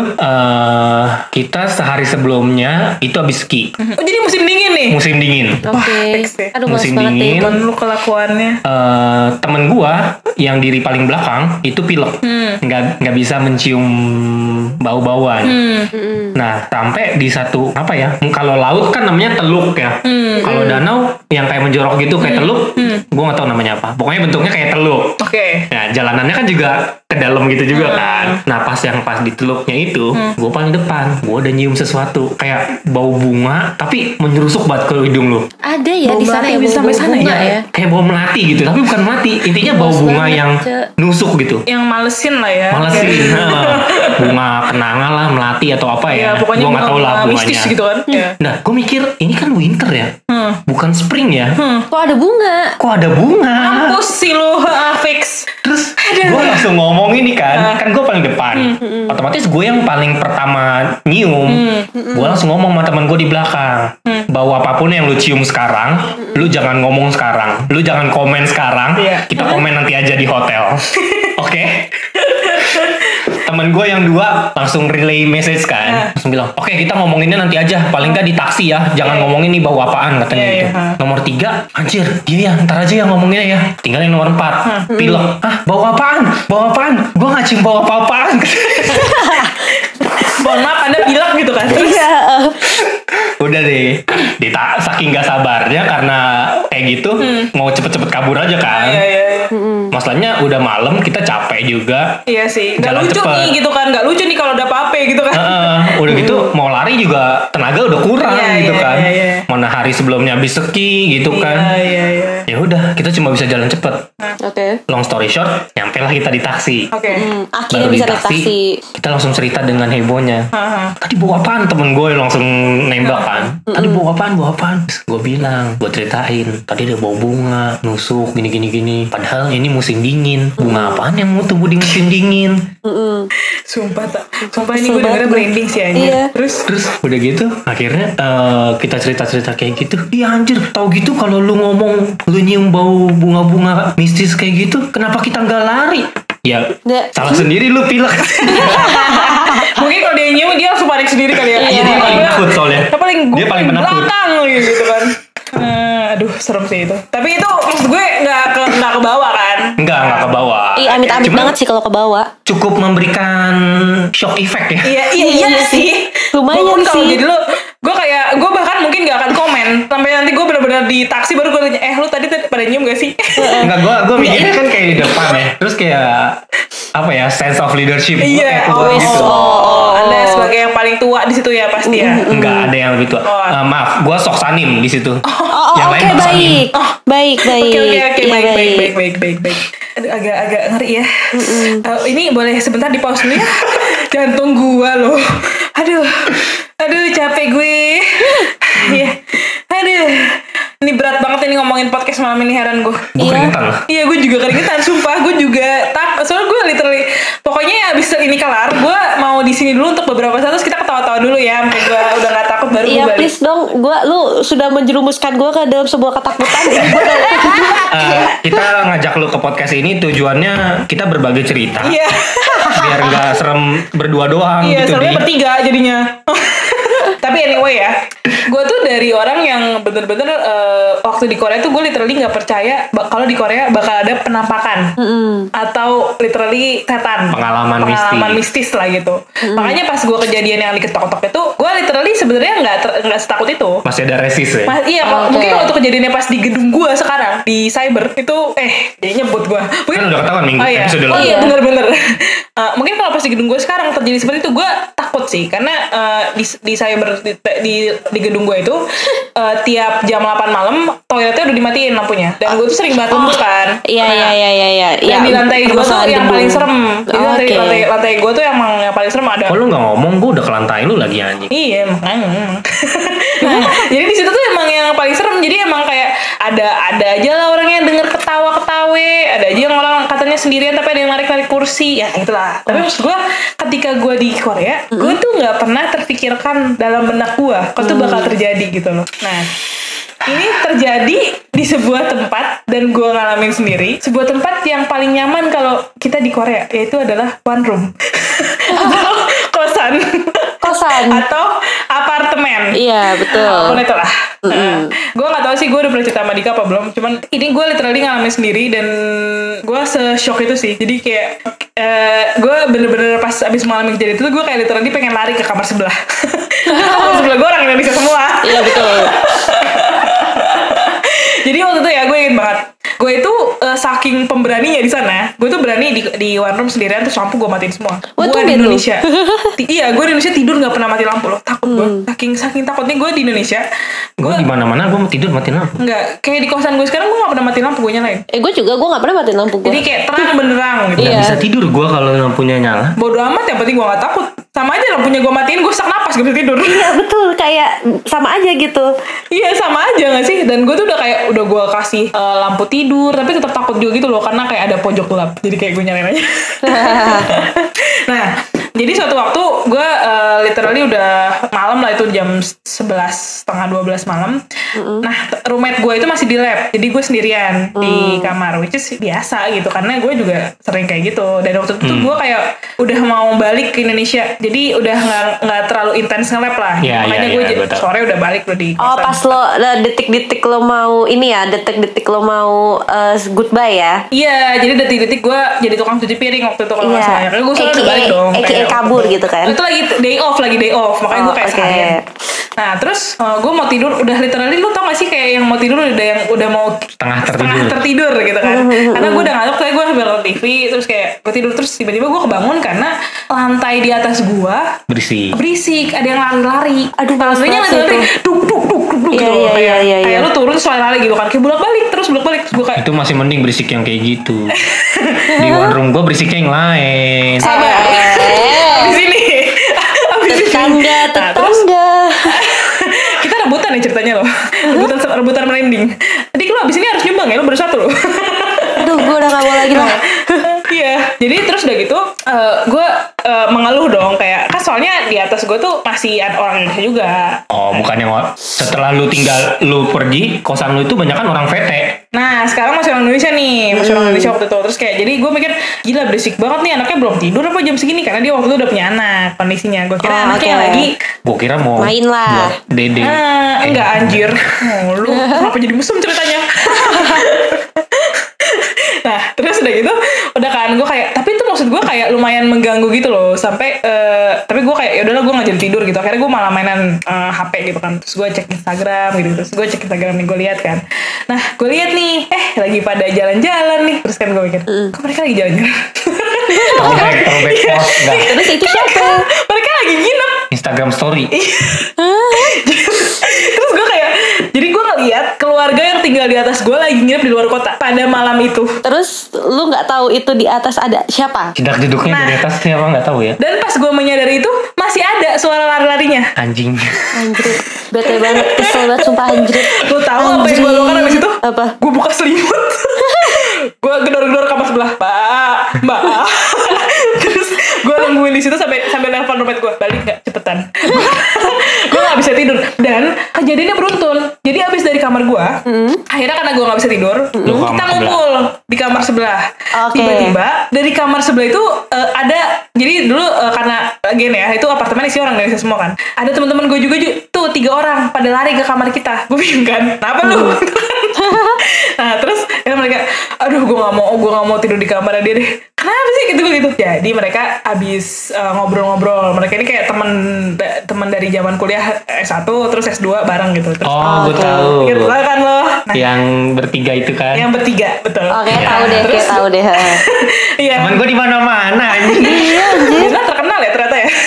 kita sehari sebelumnya itu habis ski. Oh, jadi musim dingin nih. Musim dingin. Oke. fix deh. Aduh, males Musim banget dingin. deh. Lu kelakuannya. Temen gua yang diri paling belakang itu pilek, nggak bisa mencium bau-bauan. Nah, sampai di satu kalau laut kan namanya teluk ya. Kalau danau yang kayak menjorok gitu kayak teluk, gua nggak tahu namanya apa. Pokoknya bentuknya kayak teluk. Oke. Nah, jalanannya kan juga ke dalam gitu juga kan. Nah, pas di teluknya itu, gue paling depan, gue udah nyium sesuatu kayak bau bunga, tapi menyerusuk banget ke hidung lu. Ada ya Bau di sana melati ya bisa bau sampai sana bunga ya. Kayak bau melati gitu, tapi bukan melati. Intinya bau Males bunga banget, yang Cek. nusuk gitu. Yang malesin lah ya. Malesin. Oke. Nah, bunga kenanga lah, melati atau apa Ya, ya. pokoknya Gue nggak tahu lah bunga mistis bunganya. gitu kan. Ya. Nah, gue mikir ini kan winter ya, bukan spring ya. Kok ada bunga? Kok ada bunga? Mampus sih lu, fix. Terus gue langsung ngomong ini kan gue paling depan. Otomatis gue yang paling pertama nyium. Gue langsung ngomong sama temen gue di belakang. Bau apapun yang lu cium sekarang, lu jangan ngomong sekarang, lu jangan komen sekarang. Iya. Kita komen nanti aja di hotel. Oke? Temen gue yang dua langsung relay message kan, langsung bilang, oke, kita ngomonginnya nanti aja, paling nggak di taksi ya, jangan ngomongin nih bau apaan katanya Iya, gitu. iya. Nomor 3, anjir, iya ya, ntar aja ya ngomonginnya ya. Tinggal yang nomor 4, pilek, bau apaan? Bau apaan? Gue nggak cium bau apa-apaan. Mohon maaf, Anda pilek gitu kan. Terus Iya. Udah deh, saking gak sabarnya karena kayak gitu, mau cepet-cepet kabur aja kan. Iya. Masalahnya udah malam, kita capek juga. Iya sih. Gak Jalan lucu cepet. nih gitu kan. Gak lucu nih kalau ada apa-apa gitu kan. Udah gitu mau lari juga tenaga udah kurang Iya, gitu iya, kan. iya. Mana mana hari sebelumnya habis ski gitu kan. Iya. Ya udah, kita cuma bisa jalan cepet. Oke. Long story short, nyampe lah kita di taksi. Oke. Akhirnya Baru di bisa naik taksi. kita langsung cerita dengan hebohnya. Tadi bawa apaan, temen gue langsung nembak kan. Tadi bawa apaan? Gue bilang, gue ceritain. Tadi dia bawa bunga, nusuk, gini. Padahal ini musim dingin. Bunga apaan yang mau tumbuh di musim dingin? Sumpah ini gue dengernya branding sih aja. Iya. Terus Udah gitu, akhirnya kita cerita kayak gitu. Iya anjir, tau gitu kalau lu ngomong, lu nyium bau bunga-bunga mistis kayak gitu, kenapa kita nggak lari? Ya, salah sendiri lu pilek. mungkin kalau dia nyium dia langsung panik sendiri kali ya. Iya, dia paling takut soalnya. Dia paling penakut. Belakang gitu kan. Aduh, serem sih itu. Tapi itu maksud gue nggak ke bawah kan? Nggak ke bawah. Iya, amit-amit banget sih kalau ke bawah. Cukup memberikan shock effect ya. Iya sih. Lumayan sih. Kalau sih. jadi lu, gue bahkan mungkin nggak akan komen sampai nanti gue benar-benar di taksi baru gue tanya, lu tadi pada nyium gak sih? Enggak, gue mikirnya kan kayak di depan ya. Terus kayak apa ya, sense of leadership gue kayak tua gitu. Anda sebagai yang paling tua di situ ya pasti ya. Enggak ada yang lebih tua. Maaf, gue sok sanim di situ. Oke, baik. Baik. Oke, baik. Aduh, agak ngeri ya. Ini boleh sebentar di pause dulu ya. Jantung gua loh. Aduh capek gue. Ya. Aduh. Ini berat banget ini ngomongin podcast malam ini, heran gue. Gue keringetan loh. Iya, gue juga keringetan, sumpah. Gue juga soalnya gue literally pokoknya abis ini kelar, gue mau di sini dulu untuk beberapa saat, terus kita ketawa-tawa dulu ya, sampai gue udah gak takut baru gue balik. Please dong, lu sudah menjerumuskan gue ke dalam sebuah ketakutan. Kita ngajak lu ke podcast ini tujuannya kita berbagi cerita. Iya. Biar gak serem berdua doang gitu. Iya, seremnya di bertiga jadinya. Tapi anyway ya, gue tuh dari orang yang bener-bener waktu di Korea tuh gue literally nggak percaya kalau di Korea bakal ada penampakan atau literally setan, pengalaman mistis lah gitu. Makanya pas gue kejadian yang diketok-ketok itu, gue literally sebenarnya nggak setakut itu. Masih ada resist ya? Iya, mungkin waktu kejadiannya pas di gedung gue sekarang di cyber itu, jadi nyebut gue. Kan udah ketahuan minggu episode lalu. Oh iya, bener-bener. Mungkin kalau pas di gedung gue sekarang terjadi seperti itu, gue takut sih, karena di cyber di gedung gue itu tiap jam 8 malam toiletnya udah dimatiin lampunya, dan gue tuh sering banget lembus kan. Iya. Dan di lantai gue tuh yang paling serem. Jadi lantai gue tuh yang paling serem ada. Kalau lu nggak ngomong, gue udah ke lantai lu lagi anjing. Iya, makanya. Nah, jadi di situ tuh emang yang paling serem. Jadi emang kayak ada aja lah orang yang denger ketawa-ketawe, ada aja yang orang katanya sendirian tapi ada yang narik-narik kursi, ya itulah. Tapi maksud gue, ketika gue di Korea, gue tuh nggak pernah terfikirkan dalam benak gue kalau itu bakal terjadi gitu loh. Nah, ini terjadi di sebuah tempat dan gue ngalamin sendiri. Sebuah tempat yang paling nyaman kalau kita di Korea, yaitu adalah one room atau kosan atau apartemen. Iya, betul. Apapun itulah. Gue gak tahu sih gue udah pernah cerita sama Dika apa belum. Cuman ini gue literally ngalamin sendiri dan gue se-shock itu sih. Jadi kayak gue bener-bener pas abis mengalami kejadian itu, gue kayak literally pengen lari ke kamar sebelah. Kamar sebelah gue orang Indonesia semua. Iya, betul. Jadi waktu itu ya gue inget banget. Gue itu saking pemberaninya di sana, gue tuh berani di one room sendirian, terus lampu gue matiin semua. Gue di Indonesia. Iya, gue di Indonesia tidur nggak pernah mati lampu loh. Takut gue. Saking takutnya gue di Indonesia. Gue di mana-mana gue mau tidur matiin lampu. Enggak, kayak di kosan gue sekarang gue nggak pernah matiin lampu, gue nyalain. Gue juga, gue nggak pernah matiin lampu gue. Jadi kayak terang benderang gitu. Nggak bisa tidur gue kalau lampunya nyala. Bodoh amat, yang penting gue nggak takut. Sama aja lampunya gue matiin, gue sesak napas, gak bisa tidur. Iya betul, kayak sama aja gitu. Iya, sama aja gak sih? Dan gue tuh udah gue kasih lampu tidur, tapi tetap takut juga gitu loh, karena kayak ada pojok gelap. Jadi kayak gue nyalain aja. Nah, jadi suatu waktu gue literally udah malam lah, itu jam 11:30-12 malam. Nah, roommate gue itu masih di lab, jadi gue sendirian di kamar, which is biasa gitu, karena gue juga sering kayak gitu. Dan waktu itu gue kayak udah mau balik ke Indonesia, jadi udah nggak terlalu intens nge-lab lah. Makanya gue sore udah balik udah di kosan. Oh, pas lo detik-detik lo mau ini ya, detik-detik lo mau goodbye ya? Iya, jadi detik-detik gue jadi tukang cuci piring waktu itu kalau nggak salah. Karena gue selalu udah balik dong. Kayak kabur gitu kan? Itu lagi day off, makanya gue kayak seharian. Nah, terus gue mau tidur, udah literally lu tau gak sih kayak yang mau tidur udah mau setengah tertidur gitu kan. Karena gue udah ngantuk, kayak gue sambil nonton TV, terus kayak gue tidur, terus tiba-tiba gue kebangun karena lantai di atas gue berisik, ada yang lari-lari. Aduh, larinya lari-lari, duk. gitu loh. Kayak lu turun soalnya gitu kan, kayak bolak-balik terus gue kayak itu masih mending berisik yang kayak gitu. Di one room gue berisiknya yang lain. sama abis ini tetangga. Kita rebutan ya ceritanya loh. rebutan merinding. Jadi lu abis ini harus nyumbang ya, lu baru satu loh. Aduh, gue udah gak mau lagi lah. Iya, jadi terus udah gitu gue mengeluh dong, kayak kan soalnya di atas gue tuh masih ada orang Indonesia juga. Oh, bukannya setelah lu pergi kosan lu itu banyak kan orang VT. Nah sekarang masih orang Indonesia nih, orang Indonesia waktu itu. Terus kayak jadi gue mikir gila berisik banget nih, anaknya belum tidur apa jam segini, karena dia waktu itu udah punya anak kondisinya. Gue kira anaknya lagi, gue kira mau main lah, dede. Enggak anjir. Lu kenapa jadi mesum ceritanya? Nah terus udah gitu, udah kan gue kayak, tapi itu maksud gue kayak lumayan mengganggu gitu loh, sampai tapi gue kayak ya udahlah gue nggak jadi tidur gitu. Akhirnya gue malah mainan HP gitu kan. Terus gue cek Instagram gitu, terus gue cek Instagram nih, gue lihat kan. Nah gue lihat nih, lagi pada jalan-jalan nih. Terus kan gue mikir, kok mereka lagi jalan-jalan? Throwback post dah. Terus itu siapa? Mereka lagi nginep Instagram story. Terus gue kayak, jadi gue ngeliat keluarga yang tinggal di atas gue lagi nginep di luar kota pada malam itu. Terus lu nggak tahu itu di atas ada siapa? Jedak jeduknya di atas siapa nggak tahu ya. Dan pas gue menyadari itu masih ada suara lari-larinya. Anjing. Anjrit, bete banget, kesel banget sumpah anjrit. Lu tahu apa yang gue lakukan abis itu? Apa? Gue buka selimut. Gue gedor-gedor kamar sebelah, mbak. Terus gue nungguin di situ sampai nelfon roommate gue, balik nggak cepetan. Gue nggak bisa tidur, dan kejadiannya beruntun. Jadi abis dari kamar gue, akhirnya karena gue nggak bisa tidur, kita ngumpul di kamar sebelah. Tiba-tiba dari kamar sebelah itu ada, jadi dulu karena again ya, itu apartemen isi orang Indonesia semua kan. Ada teman-teman gue juga tuh 3 orang pada lari ke kamar kita. Gue bingung kan, kenapa lu? Nah terus mereka, aduh gue nggak mau tidur di kamar dia deh. Kenapa sih gitu? Jadi mereka abis ngobrol-ngobrol. Mereka ini kayak teman dari zaman kuliah S1 terus S2 bareng gitu. Terus, gue tahu. Gitu kan lo. Nah, yang bertiga itu kan? Yang bertiga, betul. Oke, ya, tahu deh. Iya. Temen gue di mana-mana anjing. Iya, anjir. Gila, terkenal ya ternyata ya.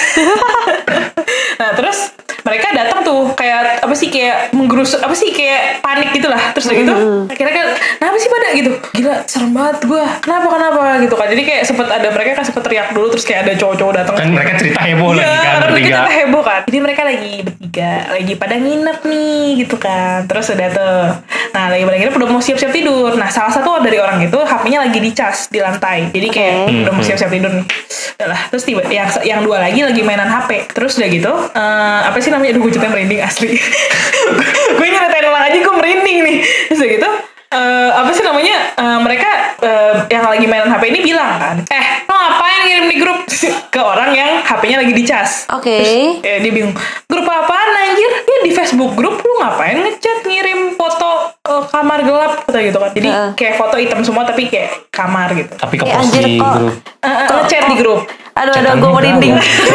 Nah terus mereka datang tuh kayak apa sih, kayak menggerus apa sih, kayak panik gitu lah. Terus gitu akhirnya kan, kenapa sih pada gitu, gila serem banget gue, kenapa gitu kan. Jadi kayak mereka sempet teriak dulu, terus kayak ada cowok-cowok datang kan, mereka cerita heboh lagi kan, bertiga. Mereka cerita heboh kan, jadi mereka lagi bertiga lagi pada nginep nih gitu kan. Terus udah tuh, nah lagi pada nginep udah mau siap-siap tidur. Nah salah satu dari orang itu HP-nya lagi dicas di lantai, jadi kayak udah mau siap-siap tidur nih. Udahlah, terus tiba yang 2 lagi mainan HP. Terus udah gitu apa sih namanya, aduh gue ceritanya merinding asli. Gue nyeritain ulang aja gue merinding nih. Terus udah gitu apa sih namanya, mereka yang lagi mainan HP ini bilang kan, lo ngapain ngirim di grup ke orang yang HP-nya lagi dicas. Oke. Dia bingung, grup apaan anjir, dia di Facebook grup, lu ngapain ngechat ngirim foto kamar gelap kata gitu kan. Jadi kayak foto hitam semua tapi kayak kamar gitu, tapi kepost di grup, ngechat di grup. Aduh gue merinding.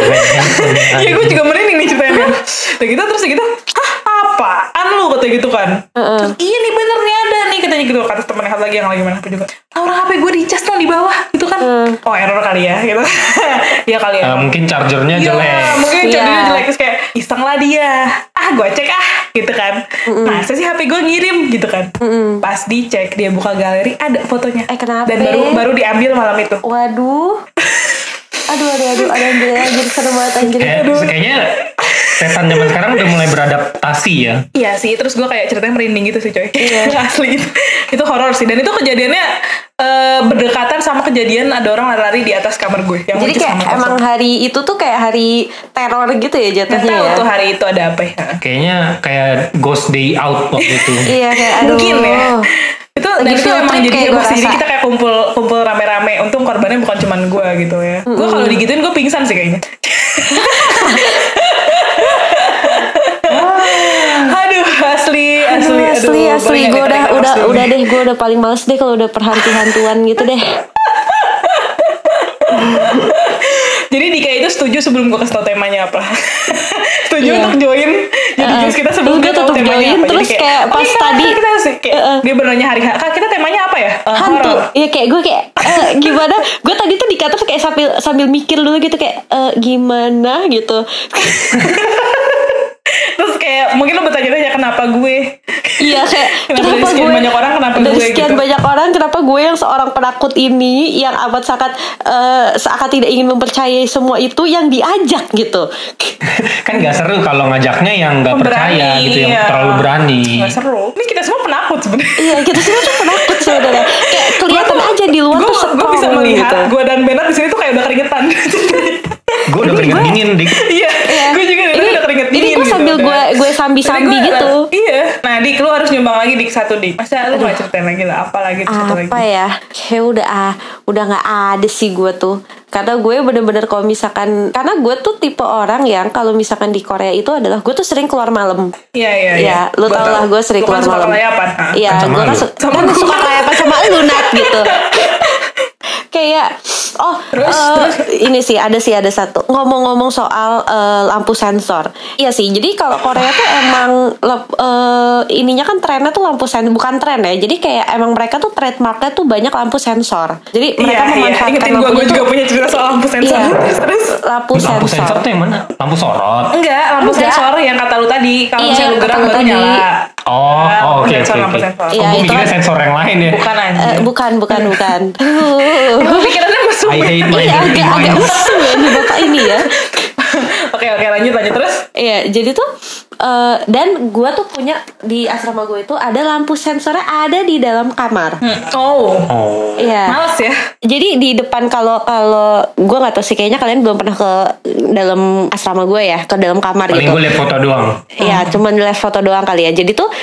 Ya gue juga merinding nih ceritanya. Udah gitu terus gitu, apaan lu kata gitu kan. Terus, iya nih bener nih ada nih katanya gitu, kata temen lagi yang lagi main HP juga. Orang HP gue dicas dong di bawah gitu kan. Oh error kali ya gitu. Iya kali ya. Mungkin chargernya jelek. Mungkin chargernya jelek, terus kayak iseng lah dia. Gue cek gitu kan. Masa sih HP gue ngirim gitu kan. Pas dicek dia buka galeri ada fotonya. Kenapa? Dan baru diambil malam itu. Waduh. Aduh, ada anjir serem banget anjir. Kayaknya setan zaman sekarang udah mulai beradaptasi ya. Iya sih, terus gue kayak ceritanya merinding gitu sih coy. Asli itu horor sih, dan itu kejadiannya berdekatan sama kejadian ada orang lari-lari di atas kamar gue. Yang jadi kayak emang hari itu tuh kayak hari teror gitu ya jatuhnya. Nggak tahu ya? tuh hari itu ada apa ya. Kayaknya kayak ghost day out waktu itu. Iya kayak aduh. Mungkin ya. Itu dan itu emang jadi heboh sih. Jadi kita kayak kumpul rame-rame. Untung korbannya bukan cuman gue gitu ya. Gue kalau digituin gue pingsan sih kayaknya. Aduh asli gue udah deh, gue udah paling males deh kalau udah perhantu-hantuan gitu deh. Jadi Dika itu setuju sebelum gue kasih tau temanya apa. Setuju untuk join. Jadi guys kita sebelum dia tahu temanya apa. Terus kayak pas tadi kita sih dia bertanya hari Kak kita temanya apa ya? Hantu. Iya kayak gue kayak gimana? Gue tadi tuh di kantor kayak sambil mikir dulu gitu kayak gimana gitu. Terus kayak mungkin lo bertanya-tanya kenapa gue. Iya kayak kenapa dari sekian gue banyak orang kenapa dari gue sekian gitu. banyak orang kenapa gue yang seorang penakut ini yang amat sangat seakan tidak ingin mempercayai semua itu yang diajak gitu. Kan gak seru kalau ngajaknya yang gak percaya gitu, yang terlalu berani. Gak seru. Ini kita semua penakut sebenarnya. Iya kita semua tuh penakut sebenarnya. Kayak kelihatan aja di luar tuh strong. Gue bisa melihat gitu. gue dan Bernard di sini tuh kayak udah keringetan. Gue udah keringet dingin dik. Iya. Gue juga udah keringet dingin. Ini gue sambil gue sambi-sambi gitu. Iya. Nah Dik lu harus nyumbang lagi Dik satu Dik. Masa lu gak ceritain lagi lah apa lagi satu lagi. Apa ya? Kayak udah nggak ada sih gue tuh. Karena gue bener-bener kalau misalkan, karena gue tuh tipe orang yang kalau misalkan di Korea itu adalah gue tuh sering keluar malam. Iya. Lu tau lah gue sering keluar malam. Iya, gue kan suka kelayapan sama lu Nat gitu. Kayak terus ini sih ada satu ngomong-ngomong soal lampu sensor. Iya sih. Jadi kalau Korea tuh emang ininya kan trennya tuh lampu sensor, bukan tren ya. Jadi kayak emang mereka tuh trademarknya tuh banyak lampu sensor. Jadi mereka memanfaatkan lampunya. Gue juga punya cerita soal lampu sensor. Iya. Terus lampu sensor tuh yang mana? Lampu sorot? Enggak, lampu sensor yang kata lu tadi. Kalau misalnya lu gerak baru nyala. Oke. Iya, gue mikirnya sensor yang lain ya. Bukan aja. Bukan. Gue pikirannya mesum. I hate my Iya, dirty agak mind. mesum ya nih bapak ini ya. Oke, lanjut terus. Iya, jadi tuh dan gue tuh punya di asrama gue itu ada lampu sensornya ada di dalam kamar. Iya. Males ya. Jadi di depan kalau gue nggak tahu sih, kayaknya kalian belum pernah ke dalam asrama gue ya, ke dalam kamar gitu. Paling gue liat foto doang. Iya, cuma lihat foto doang kali ya. Jadi tuh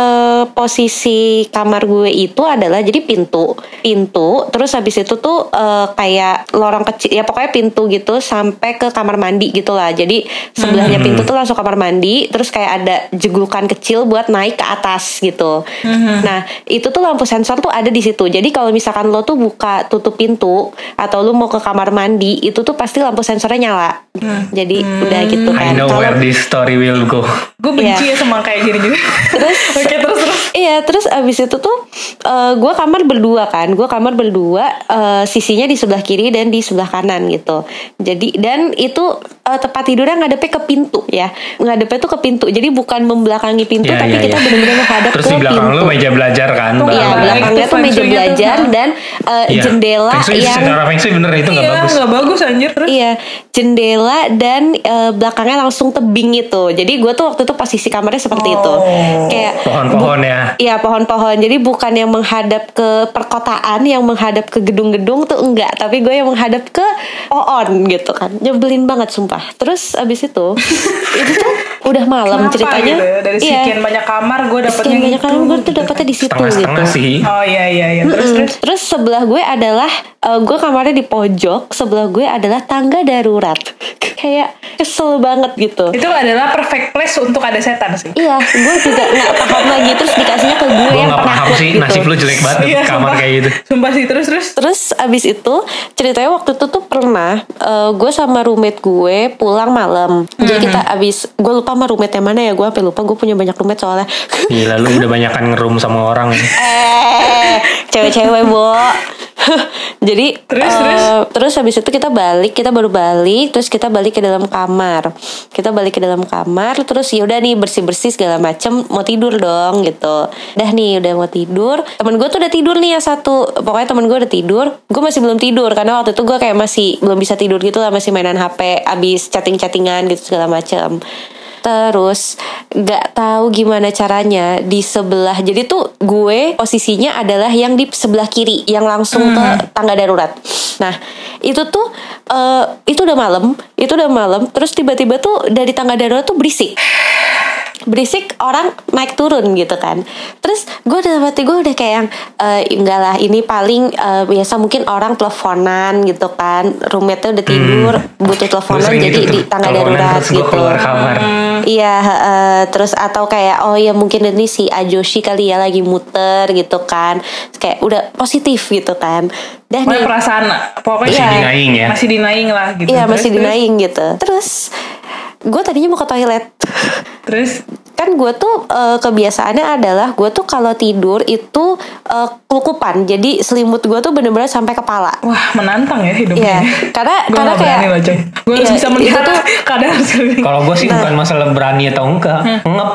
posisi kamar gue itu adalah jadi pintu. Terus habis itu tuh kayak lorong kecil ya, pokoknya pintu gitu sampai ke kamar mandi gitulah. Jadi sebelahnya pintu tuh langsung kamar mandi. Terus kayak ada jeglukan kecil buat naik ke atas gitu. Nah itu tuh lampu sensor tuh ada di situ. Jadi kalau misalkan lo tuh buka tutup pintu atau lo mau ke kamar mandi, itu tuh pasti lampu sensornya nyala. Jadi udah gitu kan. I know where this story will go. Gue benci ya sama kayak gini-gini. Terus Iya, terus abis itu tuh gue kamar berdua kan. Gue kamar berdua, sisinya di sebelah kiri dan di sebelah kanan gitu. Jadi dan itu tempat tidurnya ngadepnya ke pintu ya. Ngadepnya tuh ke pintu. Jadi bukan membelakangi pintu, tapi kita benar-benar menghadap terus ke di belakang pintu. lu meja belajar kan? Iya, belakangnya tuh meja belajar dan jendela yang secara feng shui bener itu nggak bagus. Nggak bagus anjir. Terus? Iya, jendela dan belakangnya langsung tebing itu. Jadi gue tuh waktu itu posisi kamarnya seperti itu. Kayak pohon-pohon ya. Iya, pohon-pohon. Jadi bukan yang menghadap ke perkotaan, yang menghadap ke gedung-gedung tuh enggak, tapi gue yang menghadap ke OON gitu kan. Nyebelin banget sumpah. Terus abis itu itu tuh udah malam. Kenapa ceritanya gitu ya? Dari sekian banyak kamar gue dapetnya sekian banyak gitu. kamar gue tuh dapetnya di situ Setengah-setengah gitu. sih. Oh iya. Terus Sebelah gue adalah gue kamarnya di pojok, sebelah gue adalah tangga darurat. Kayak kesel banget gitu. itu adalah perfect place untuk ada setan sih. Iya, gue juga nggak paham lagi. Terus dikasihnya ke gue Gue yang nggak paham penakut sih, gitu. nasib lu jelek banget di kamar kayak gitu. Sumpah sih. Terus abis itu ceritanya waktu itu tuh pernah gue sama roommate gue pulang malam. Jadi kita abis, gue lupa sama roommate yang mana ya, gue sampai lupa. Gue punya banyak roommate soalnya. Gila, lu udah banyakan ngeroom sama orang. Cewek-cewek Bo. Jadi terus habis itu kita baru balik, terus kita balik ke dalam kamar. Terus ya udah nih bersih-bersih segala macem, mau tidur dong gitu. Udah mau tidur. Temen gue tuh udah tidur nih yang satu. Pokoknya temen gue udah tidur, gue masih belum tidur karena waktu itu gue kayak masih belum bisa tidur gitu lah, masih mainan HP, abis chatting-chattingan gitu segala macem. Terus gak tahu gimana caranya di sebelah, jadi tuh gue posisinya adalah yang di sebelah kiri yang langsung ke tangga darurat. Nah itu tuh itu udah malam. Terus tiba-tiba tuh dari tangga darurat tuh berisik orang naik turun gitu kan. Terus gue dalam hati gue udah kayak yang enggak lah, ini paling biasa mungkin orang teleponan gitu kan, roommate-nya udah tidur butuh teleponan jadi di tangga darurat gitu. Keluar kamar. Iya, terus atau kayak oh ya mungkin ini si Ajoshi kali ya lagi muter gitu kan. Kayak udah positif gitu kan. Nih perasaan pokoknya masih denying lah gitu. Iya, masih denying gitu. Terus gue tadinya mau ke toilet. Terus kan gue tuh kebiasaannya adalah gue tuh kalau tidur itu kelukupan. Jadi selimut gue tuh bener-bener sampai kepala. Wah, menantang ya hidupnya. Iya, karena kayak gue harus bisa melihat tuh keadaan sendiri. Kalau gue sih bukan masalah berani atau enggak, ngep.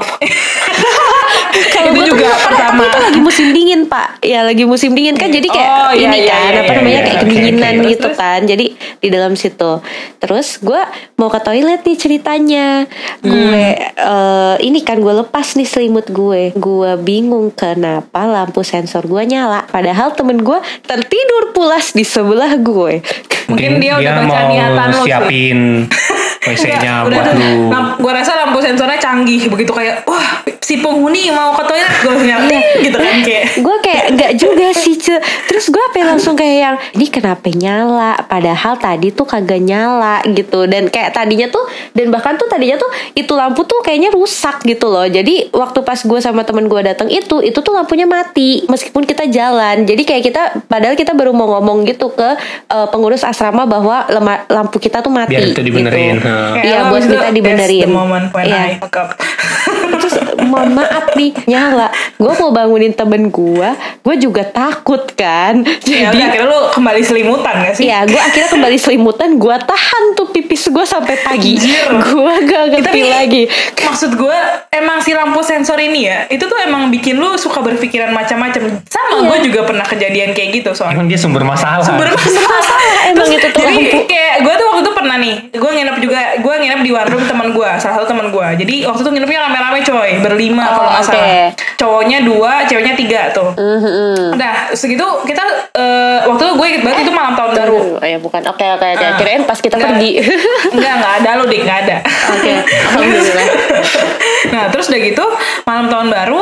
Kalau gue juga pertama itu lagi musim dingin pak, ya lagi musim dingin kan, jadi kayak kayak kedinginan gitu kan, jadi di dalam situ. Terus gue mau ke toilet nih ceritanya, gue ini kan gue lepas nih selimut gue bingung kenapa lampu sensor gue nyala, padahal temen gue tertidur pulas di sebelah gue. Mungkin dia udah baca mau niatan lo siapin WC-nya buat lu. Gue rasa lampu sensornya canggih, begitu kayak wah si penghuni mau ke toilet gue nyalain gitu kan, kayak gue kayak enggak juga sih terus gue langsung kayak yang ini kenapa nyala padahal tadi tuh kagak nyala gitu, dan kayak tadinya tuh, dan bahkan tuh tadinya tuh itu lampu tuh kayaknya rusak gitu loh. Jadi waktu pas gue sama temen gue datang itu tuh lampunya mati meskipun kita jalan. Jadi kayak padahal kita baru mau ngomong gitu ke pengurus asrama bahwa lampu kita tuh mati. Biar itu dibenerin. Gitu. Iya, buat kita dibenerin. Iya. Terus mohon maaf nih nyala, gue mau bangunin temen gue juga takut kan. Jadi akhirnya lu kembali selimutan gak sih? Iya, gue akhirnya kembali selimutan, gue tahan tuh pipis gue sampai pagi. Gue gak ngerti lagi. Maksud gue emang si lampu sensor ini ya, itu tuh emang bikin lu suka berpikiran macam-macam. Sama gue juga pernah kejadian kayak gitu soalnya. Emang dia sumber masalah. Emang itu tuh jadi lampu. kayak gue tuh waktu itu pernah nih, gue nginep di one room teman gue, salah satu teman gue. Jadi waktu itu nginepnya rame-rame coy, berlima kalau nggak salah. Cowoknya 2, ceweknya 3 tuh. Udah segitu kita waktu itu gue inget banget itu malam tahun baru. Ya bukan. Oke. Kirain pas kita pergi. Enggak ada lo dik, nggak ada. Oke. Alhamdulillah. Nah terus udah gitu malam tahun baru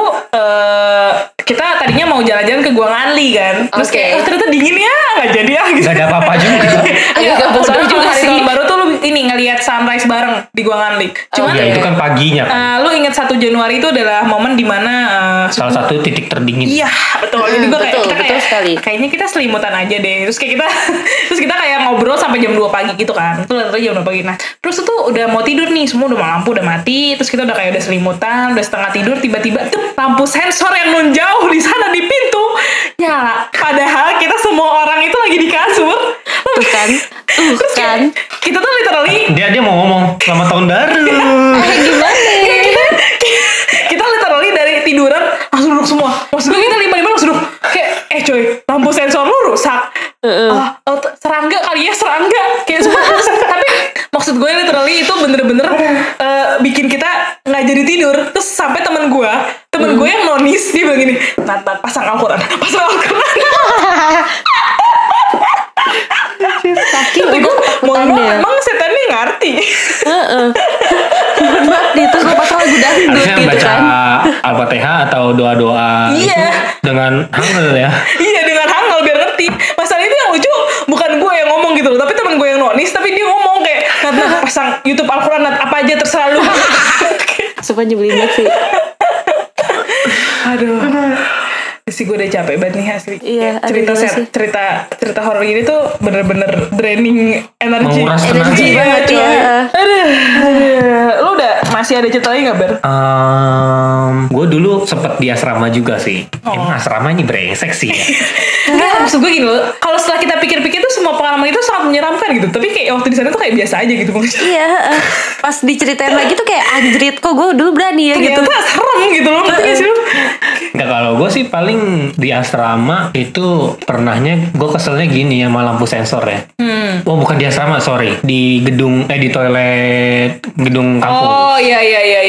kita tadinya mau jalan-jalan ke Gua Nganli kan. Terus kayak ternyata dingin ya, nggak jadi gitu. Gak ada apa-apa juga. Udah juga hari tahun baru tuh lu ini ngelihat sunrise bareng di Gua Nganli. Cuman ya itu kan paginya kan. lu inget 1 Januari itu adalah momen dimana salah satu titik terdingin. Iya betul. Jadi gue sekali. Kayaknya kita selimutan aja deh. Terus kita kayak ngobrol sampai jam 2 pagi gitu kan. Itu lihat jam 2 pagi. Nah terus itu udah mau tidur nih, semua udah lampu udah mati. Terus kita udah kayak udah selimutan, udah setengah tidur, tiba-tiba tuh lampu sensor yang nun jauh di sana di pintu nyala. Padahal kita semua orang itu lagi di kasur. Tuh kan. Kita tuh literally Dia mau ngomong selamat tahun baru. Gimana? Kita literally dari tiduran langsung duduk semua. Maksud gue kita 5 langsung duduk. Kayak coy, lampu sensor lu rusak. Serangga kali ya, serangga. Kayak semua. Tapi maksud gue literally itu bener-bener bikin kita nggak jadi tidur. Terus sampai temen gue yang nonis, dia bilang gini, Nat pasang Al-Quran. Saking udah ketakutannya. Emang setannya ngerti. Maaf nih, terus gue pasang lagu dangdut Harusnya gitu baca kan. Al-Fatihah atau doa-doa itu dengan hangel ya. Iya, dengan hangel biar ngerti. Masalah itu yang lucu bukan gue yang ngomong gitu loh, tapi temen gue yang nonis, tapi dia ngomong kayak Nat pasang YouTube Al-Quran, Nat apa aja terserah lu. Sumpah nyebelin banget sih. Aduh. Sih gue udah capek banget nih asli. Iya, cerita horor ini tuh bener-bener draining energi. Menguras energi banget ya. Aduh. Lu udah masih ada cerita lagi gak Ber? Gue dulu sempet di asrama juga sih. Emang asrama ini brengsek sih ya. Enggak, maksud gue gini loh. Kalau setelah kita pikir-pikir tuh semua pengalaman itu sangat menyeramkan gitu. Tapi kayak waktu di sana tuh kayak biasa aja gitu. Iya, pas diceritain lagi tuh kayak anjrit, kok gue dulu berani ya gitu. Ternyata serem gitu loh. Ngerti gak sih lu? Enggak, kalau gue sih paling di asrama itu pernahnya gue keselnya gini ya sama lampu sensor ya. Oh bukan di asrama, sorry, di gedung di toilet gedung kampus. Oh iya.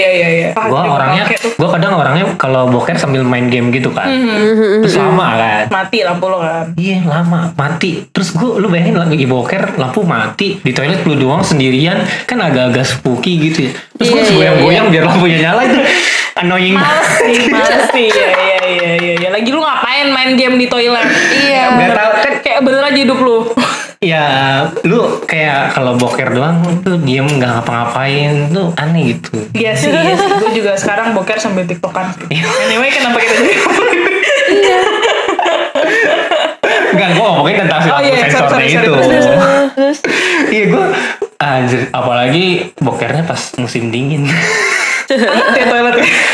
Gue kadang orangnya kalau boker sambil main game gitu kan. Terus lama kan. Mati lampu lo kan. Iya lama mati. Terus lu bayangin lagi boker lampu mati di toilet lu doang sendirian kan agak-agak spooky gitu ya. Terus gue goyang-goyang biar lampunya nyala itu annoying banget. Masih iya. Lagi lu ngapain main game di toilet? Iya. Gak tau kan Kayak bener aja hidup lu. ya lu kayak kalau boker doang tuh diem nggak ngapa-ngapain tuh aneh gitu. Iya sih. Gue juga sekarang boker sambil tiktokan. Anyway, kenapa kita jadi Iya. Enggak, gue ngomongin tentang si lampu sensornya itu. Terus Iya gue anjir, apalagi bokernya pas musim dingin. di toilet ya?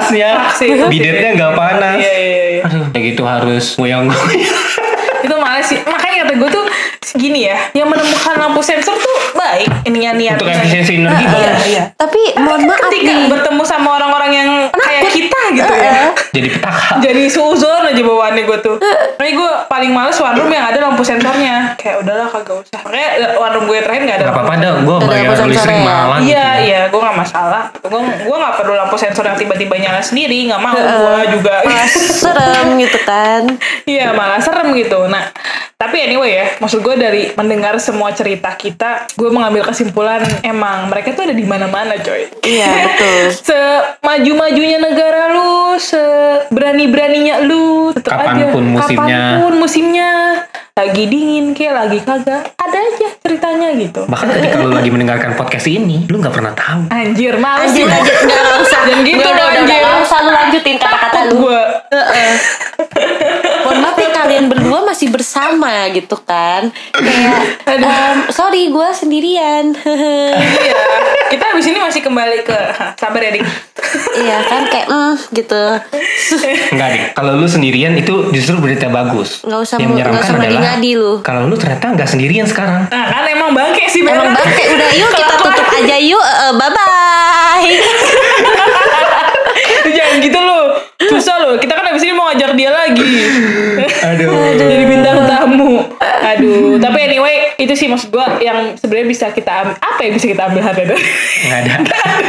panasnya. Bidetnya nggak panas. Iya. Aduh, kayak gitu harus goyang-goyang. Itu males sih. Makanya kata gue tuh gini ya, yang menemukan lampu sensor tuh baik ininya niat untuk efisiensi energi bagus. Iya. Tapi mohon maaf ketika nih, bertemu sama orang-orang yang kayak kita gitu ya, Jadi petaka. jadi suzon aja bawaannya gue tuh. Makanya gue paling males warung yang ada lampu sensornya. Kayak udahlah kagak usah. Makanya warung gue terakhir nggak ada. Gak apa-apa dah, gue Ada bayar lampu listrik sensornya. malah gitu. Iya, gue nggak masalah. Gue nggak perlu lampu sensor yang tiba-tiba nyala sendiri. Nggak mau gue juga. malah serem gitu kan. Iya, malah serem gitu. Nah, tapi anyway ya, maksud gue dari mendengar semua cerita kita, gue mengambil kesimpulan emang mereka tuh ada di mana-mana, coy. Iya, betul. Semaju-majunya negara lu, seberani-beraninya lu, tetap aja. Kapanpun musimnya. Kapanpun musimnya. Lagi dingin kayak lagi kagak, ada aja ceritanya gitu. Bahkan ketika lu lagi mendengarkan podcast ini, lu nggak pernah tahu. Anjir, males Anjir, sih. nggak usah. Dan gitu Udah, anjir. nggak usah lu lanjutin kata-kata lu. Gue Mohon maaf nih, kalian berdua masih bersama gitu kan. Kayak sorry gue sendirian. iya, kita abis ini masih kembali ke sabar ya, Dik. Iya kan, kayak gitu. Enggak deh, kalau lu sendirian itu justru berita bagus. Nggak usah Yang menyeramkan adalah ngadi-ngadi lu. kalau lu ternyata nggak sendirian sekarang. Nah kan emang bangke sih Emang beneran. bangke. Udah yuk kita tutup aja yuk. Bye bye. Jangan gitu loh. Susah loh. Kita kan abis ini mau ngajak dia lagi. Aduh. Jadi bintang tamu. Aduh. Tapi anyway, itu sih maksud gue yang sebenarnya bisa kita ambil. Apa yang bisa kita ambil hari ini? Nggak ada.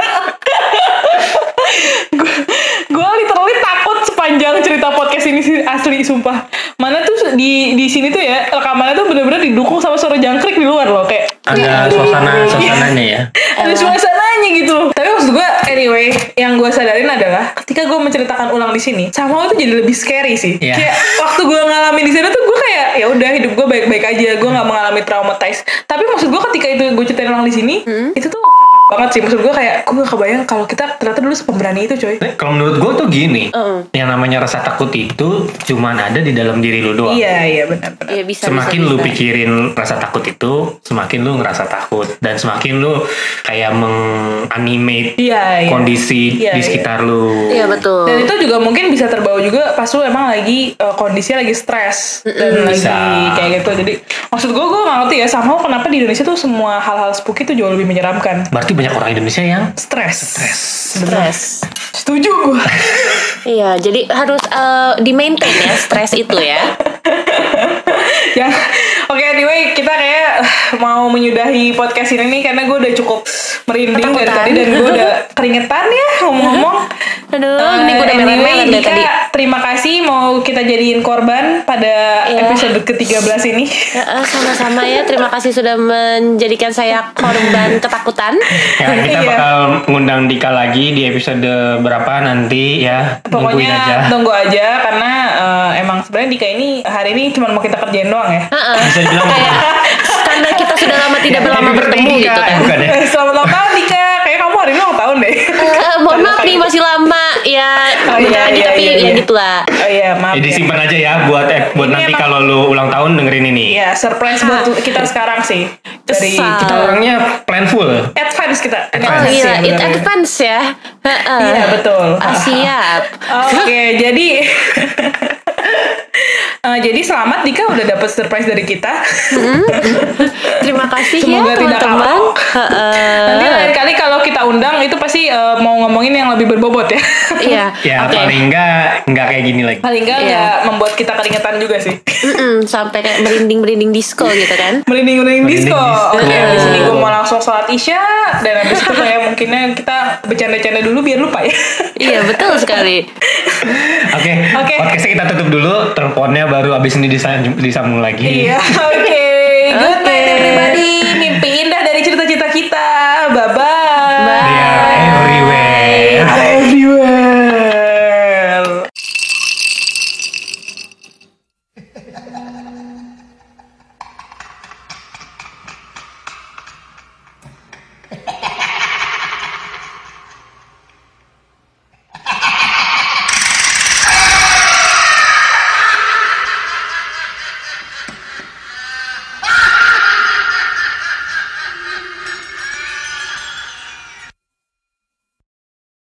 Gue literally takut sepanjang cerita podcast ini sih, asli sumpah. Mana tuh di sini tuh ya rekamannya tuh bener-bener didukung sama suara jangkrik di luar loh, kayak Ada suasananya ya. ada suasananya gitu. Tapi maksud gue anyway, yang gue sadarin adalah ketika gue menceritakan ulang di sini, sama itu jadi lebih scary sih. Iya. Kayak waktu gue ngalamin di sana tuh gue kayak ya udah hidup gue baik-baik aja, gue nggak mengalami traumatize. Tapi maksud gue ketika itu gue ceritain ulang di sini, itu tuh banget sih. Maksud gue kayak gue gak kebayang kalau kita ternyata dulu sepemberani itu, coy. Kalau menurut gue tuh gini, yang namanya rasa takut itu cuman ada di dalam diri lu doang. Iya benar. Iya bisa. Semakin bisa, lu bisa. pikirin rasa takut itu, semakin lu ngerasa takut dan semakin lu kayak menganimate Iya. kondisi Iya, di sekitar lu. Iya betul. Dan itu juga mungkin bisa terbawa juga pas lu emang lagi kondisinya lagi stres dan Bisa. lagi kayak gitu. Jadi maksud gue nggak ngerti ya, sama kenapa di Indonesia tuh semua hal-hal spooky tuh jauh lebih menyeramkan. Berarti banyak orang Indonesia yang Stres. Stres. Setuju gue. Iya, jadi harus di maintain ya stres itu ya. Ya, oke anyway kita kayak mau menyudahi podcast ini nih karena gue udah cukup merinding dari tadi dan gue udah keringetan ya ngomong-ngomong. Aduh, ini gue udah Anyway, merah-merah dari Dika, tadi. terima kasih mau kita jadiin korban pada Iya. episode ke-13 ini. Sama-sama ya, terima kasih sudah menjadikan saya korban ketakutan. ya kita Iya. bakal ngundang Dika lagi di episode berapa nanti ya. Tungguin aja. Pokoknya tunggu aja karena emang sebenarnya Dika ini hari ini cuma mau kita kerjain doang ya. Bisa dibilang Kayak karena kita sudah lama tidak berlama bertemu Dika, gitu kan. bukan ya? Selamat ulang tahun Dika. Kayak kamu hari ini ulang tahun deh. Mohon maaf nih masih lama ya, bentar lagi tapi ya gitulah. Oh iya, maaf. Ya, disimpan aja ya buat Ini nanti emang- kalau lu ulang tahun dengerin ini. Iya, surprise buat kita sekarang sih. Dari Kesal. Kita orangnya planful. advance kita. Ini Oh advance iya, ya, it bener-bener. advance ya. Iya, betul. Siap. Oke, jadi jadi selamat Dika udah dapet surprise dari kita. Terima kasih Semoga ya tidak teman-teman. Nanti lain kali kalau kita undang itu pasti mau ngomongin yang lebih berbobot ya. Iya. Ya Oke. paling nggak kayak gini lagi. Paling enggak Iya. nggak membuat kita keringetan juga sih. Sampai kayak merinding disco gitu kan. Merinding disco. disco. Oke, di sini gue mau langsung sholat isya dan habis itu kayak mungkinnya kita bercanda-canda dulu biar lupa ya. Iya, betul sekali. Oke. Oke. Podcastnya kita tutup dulu. Teleponnya baru abis ini disambung lagi. Iya, oke. Good night everybody.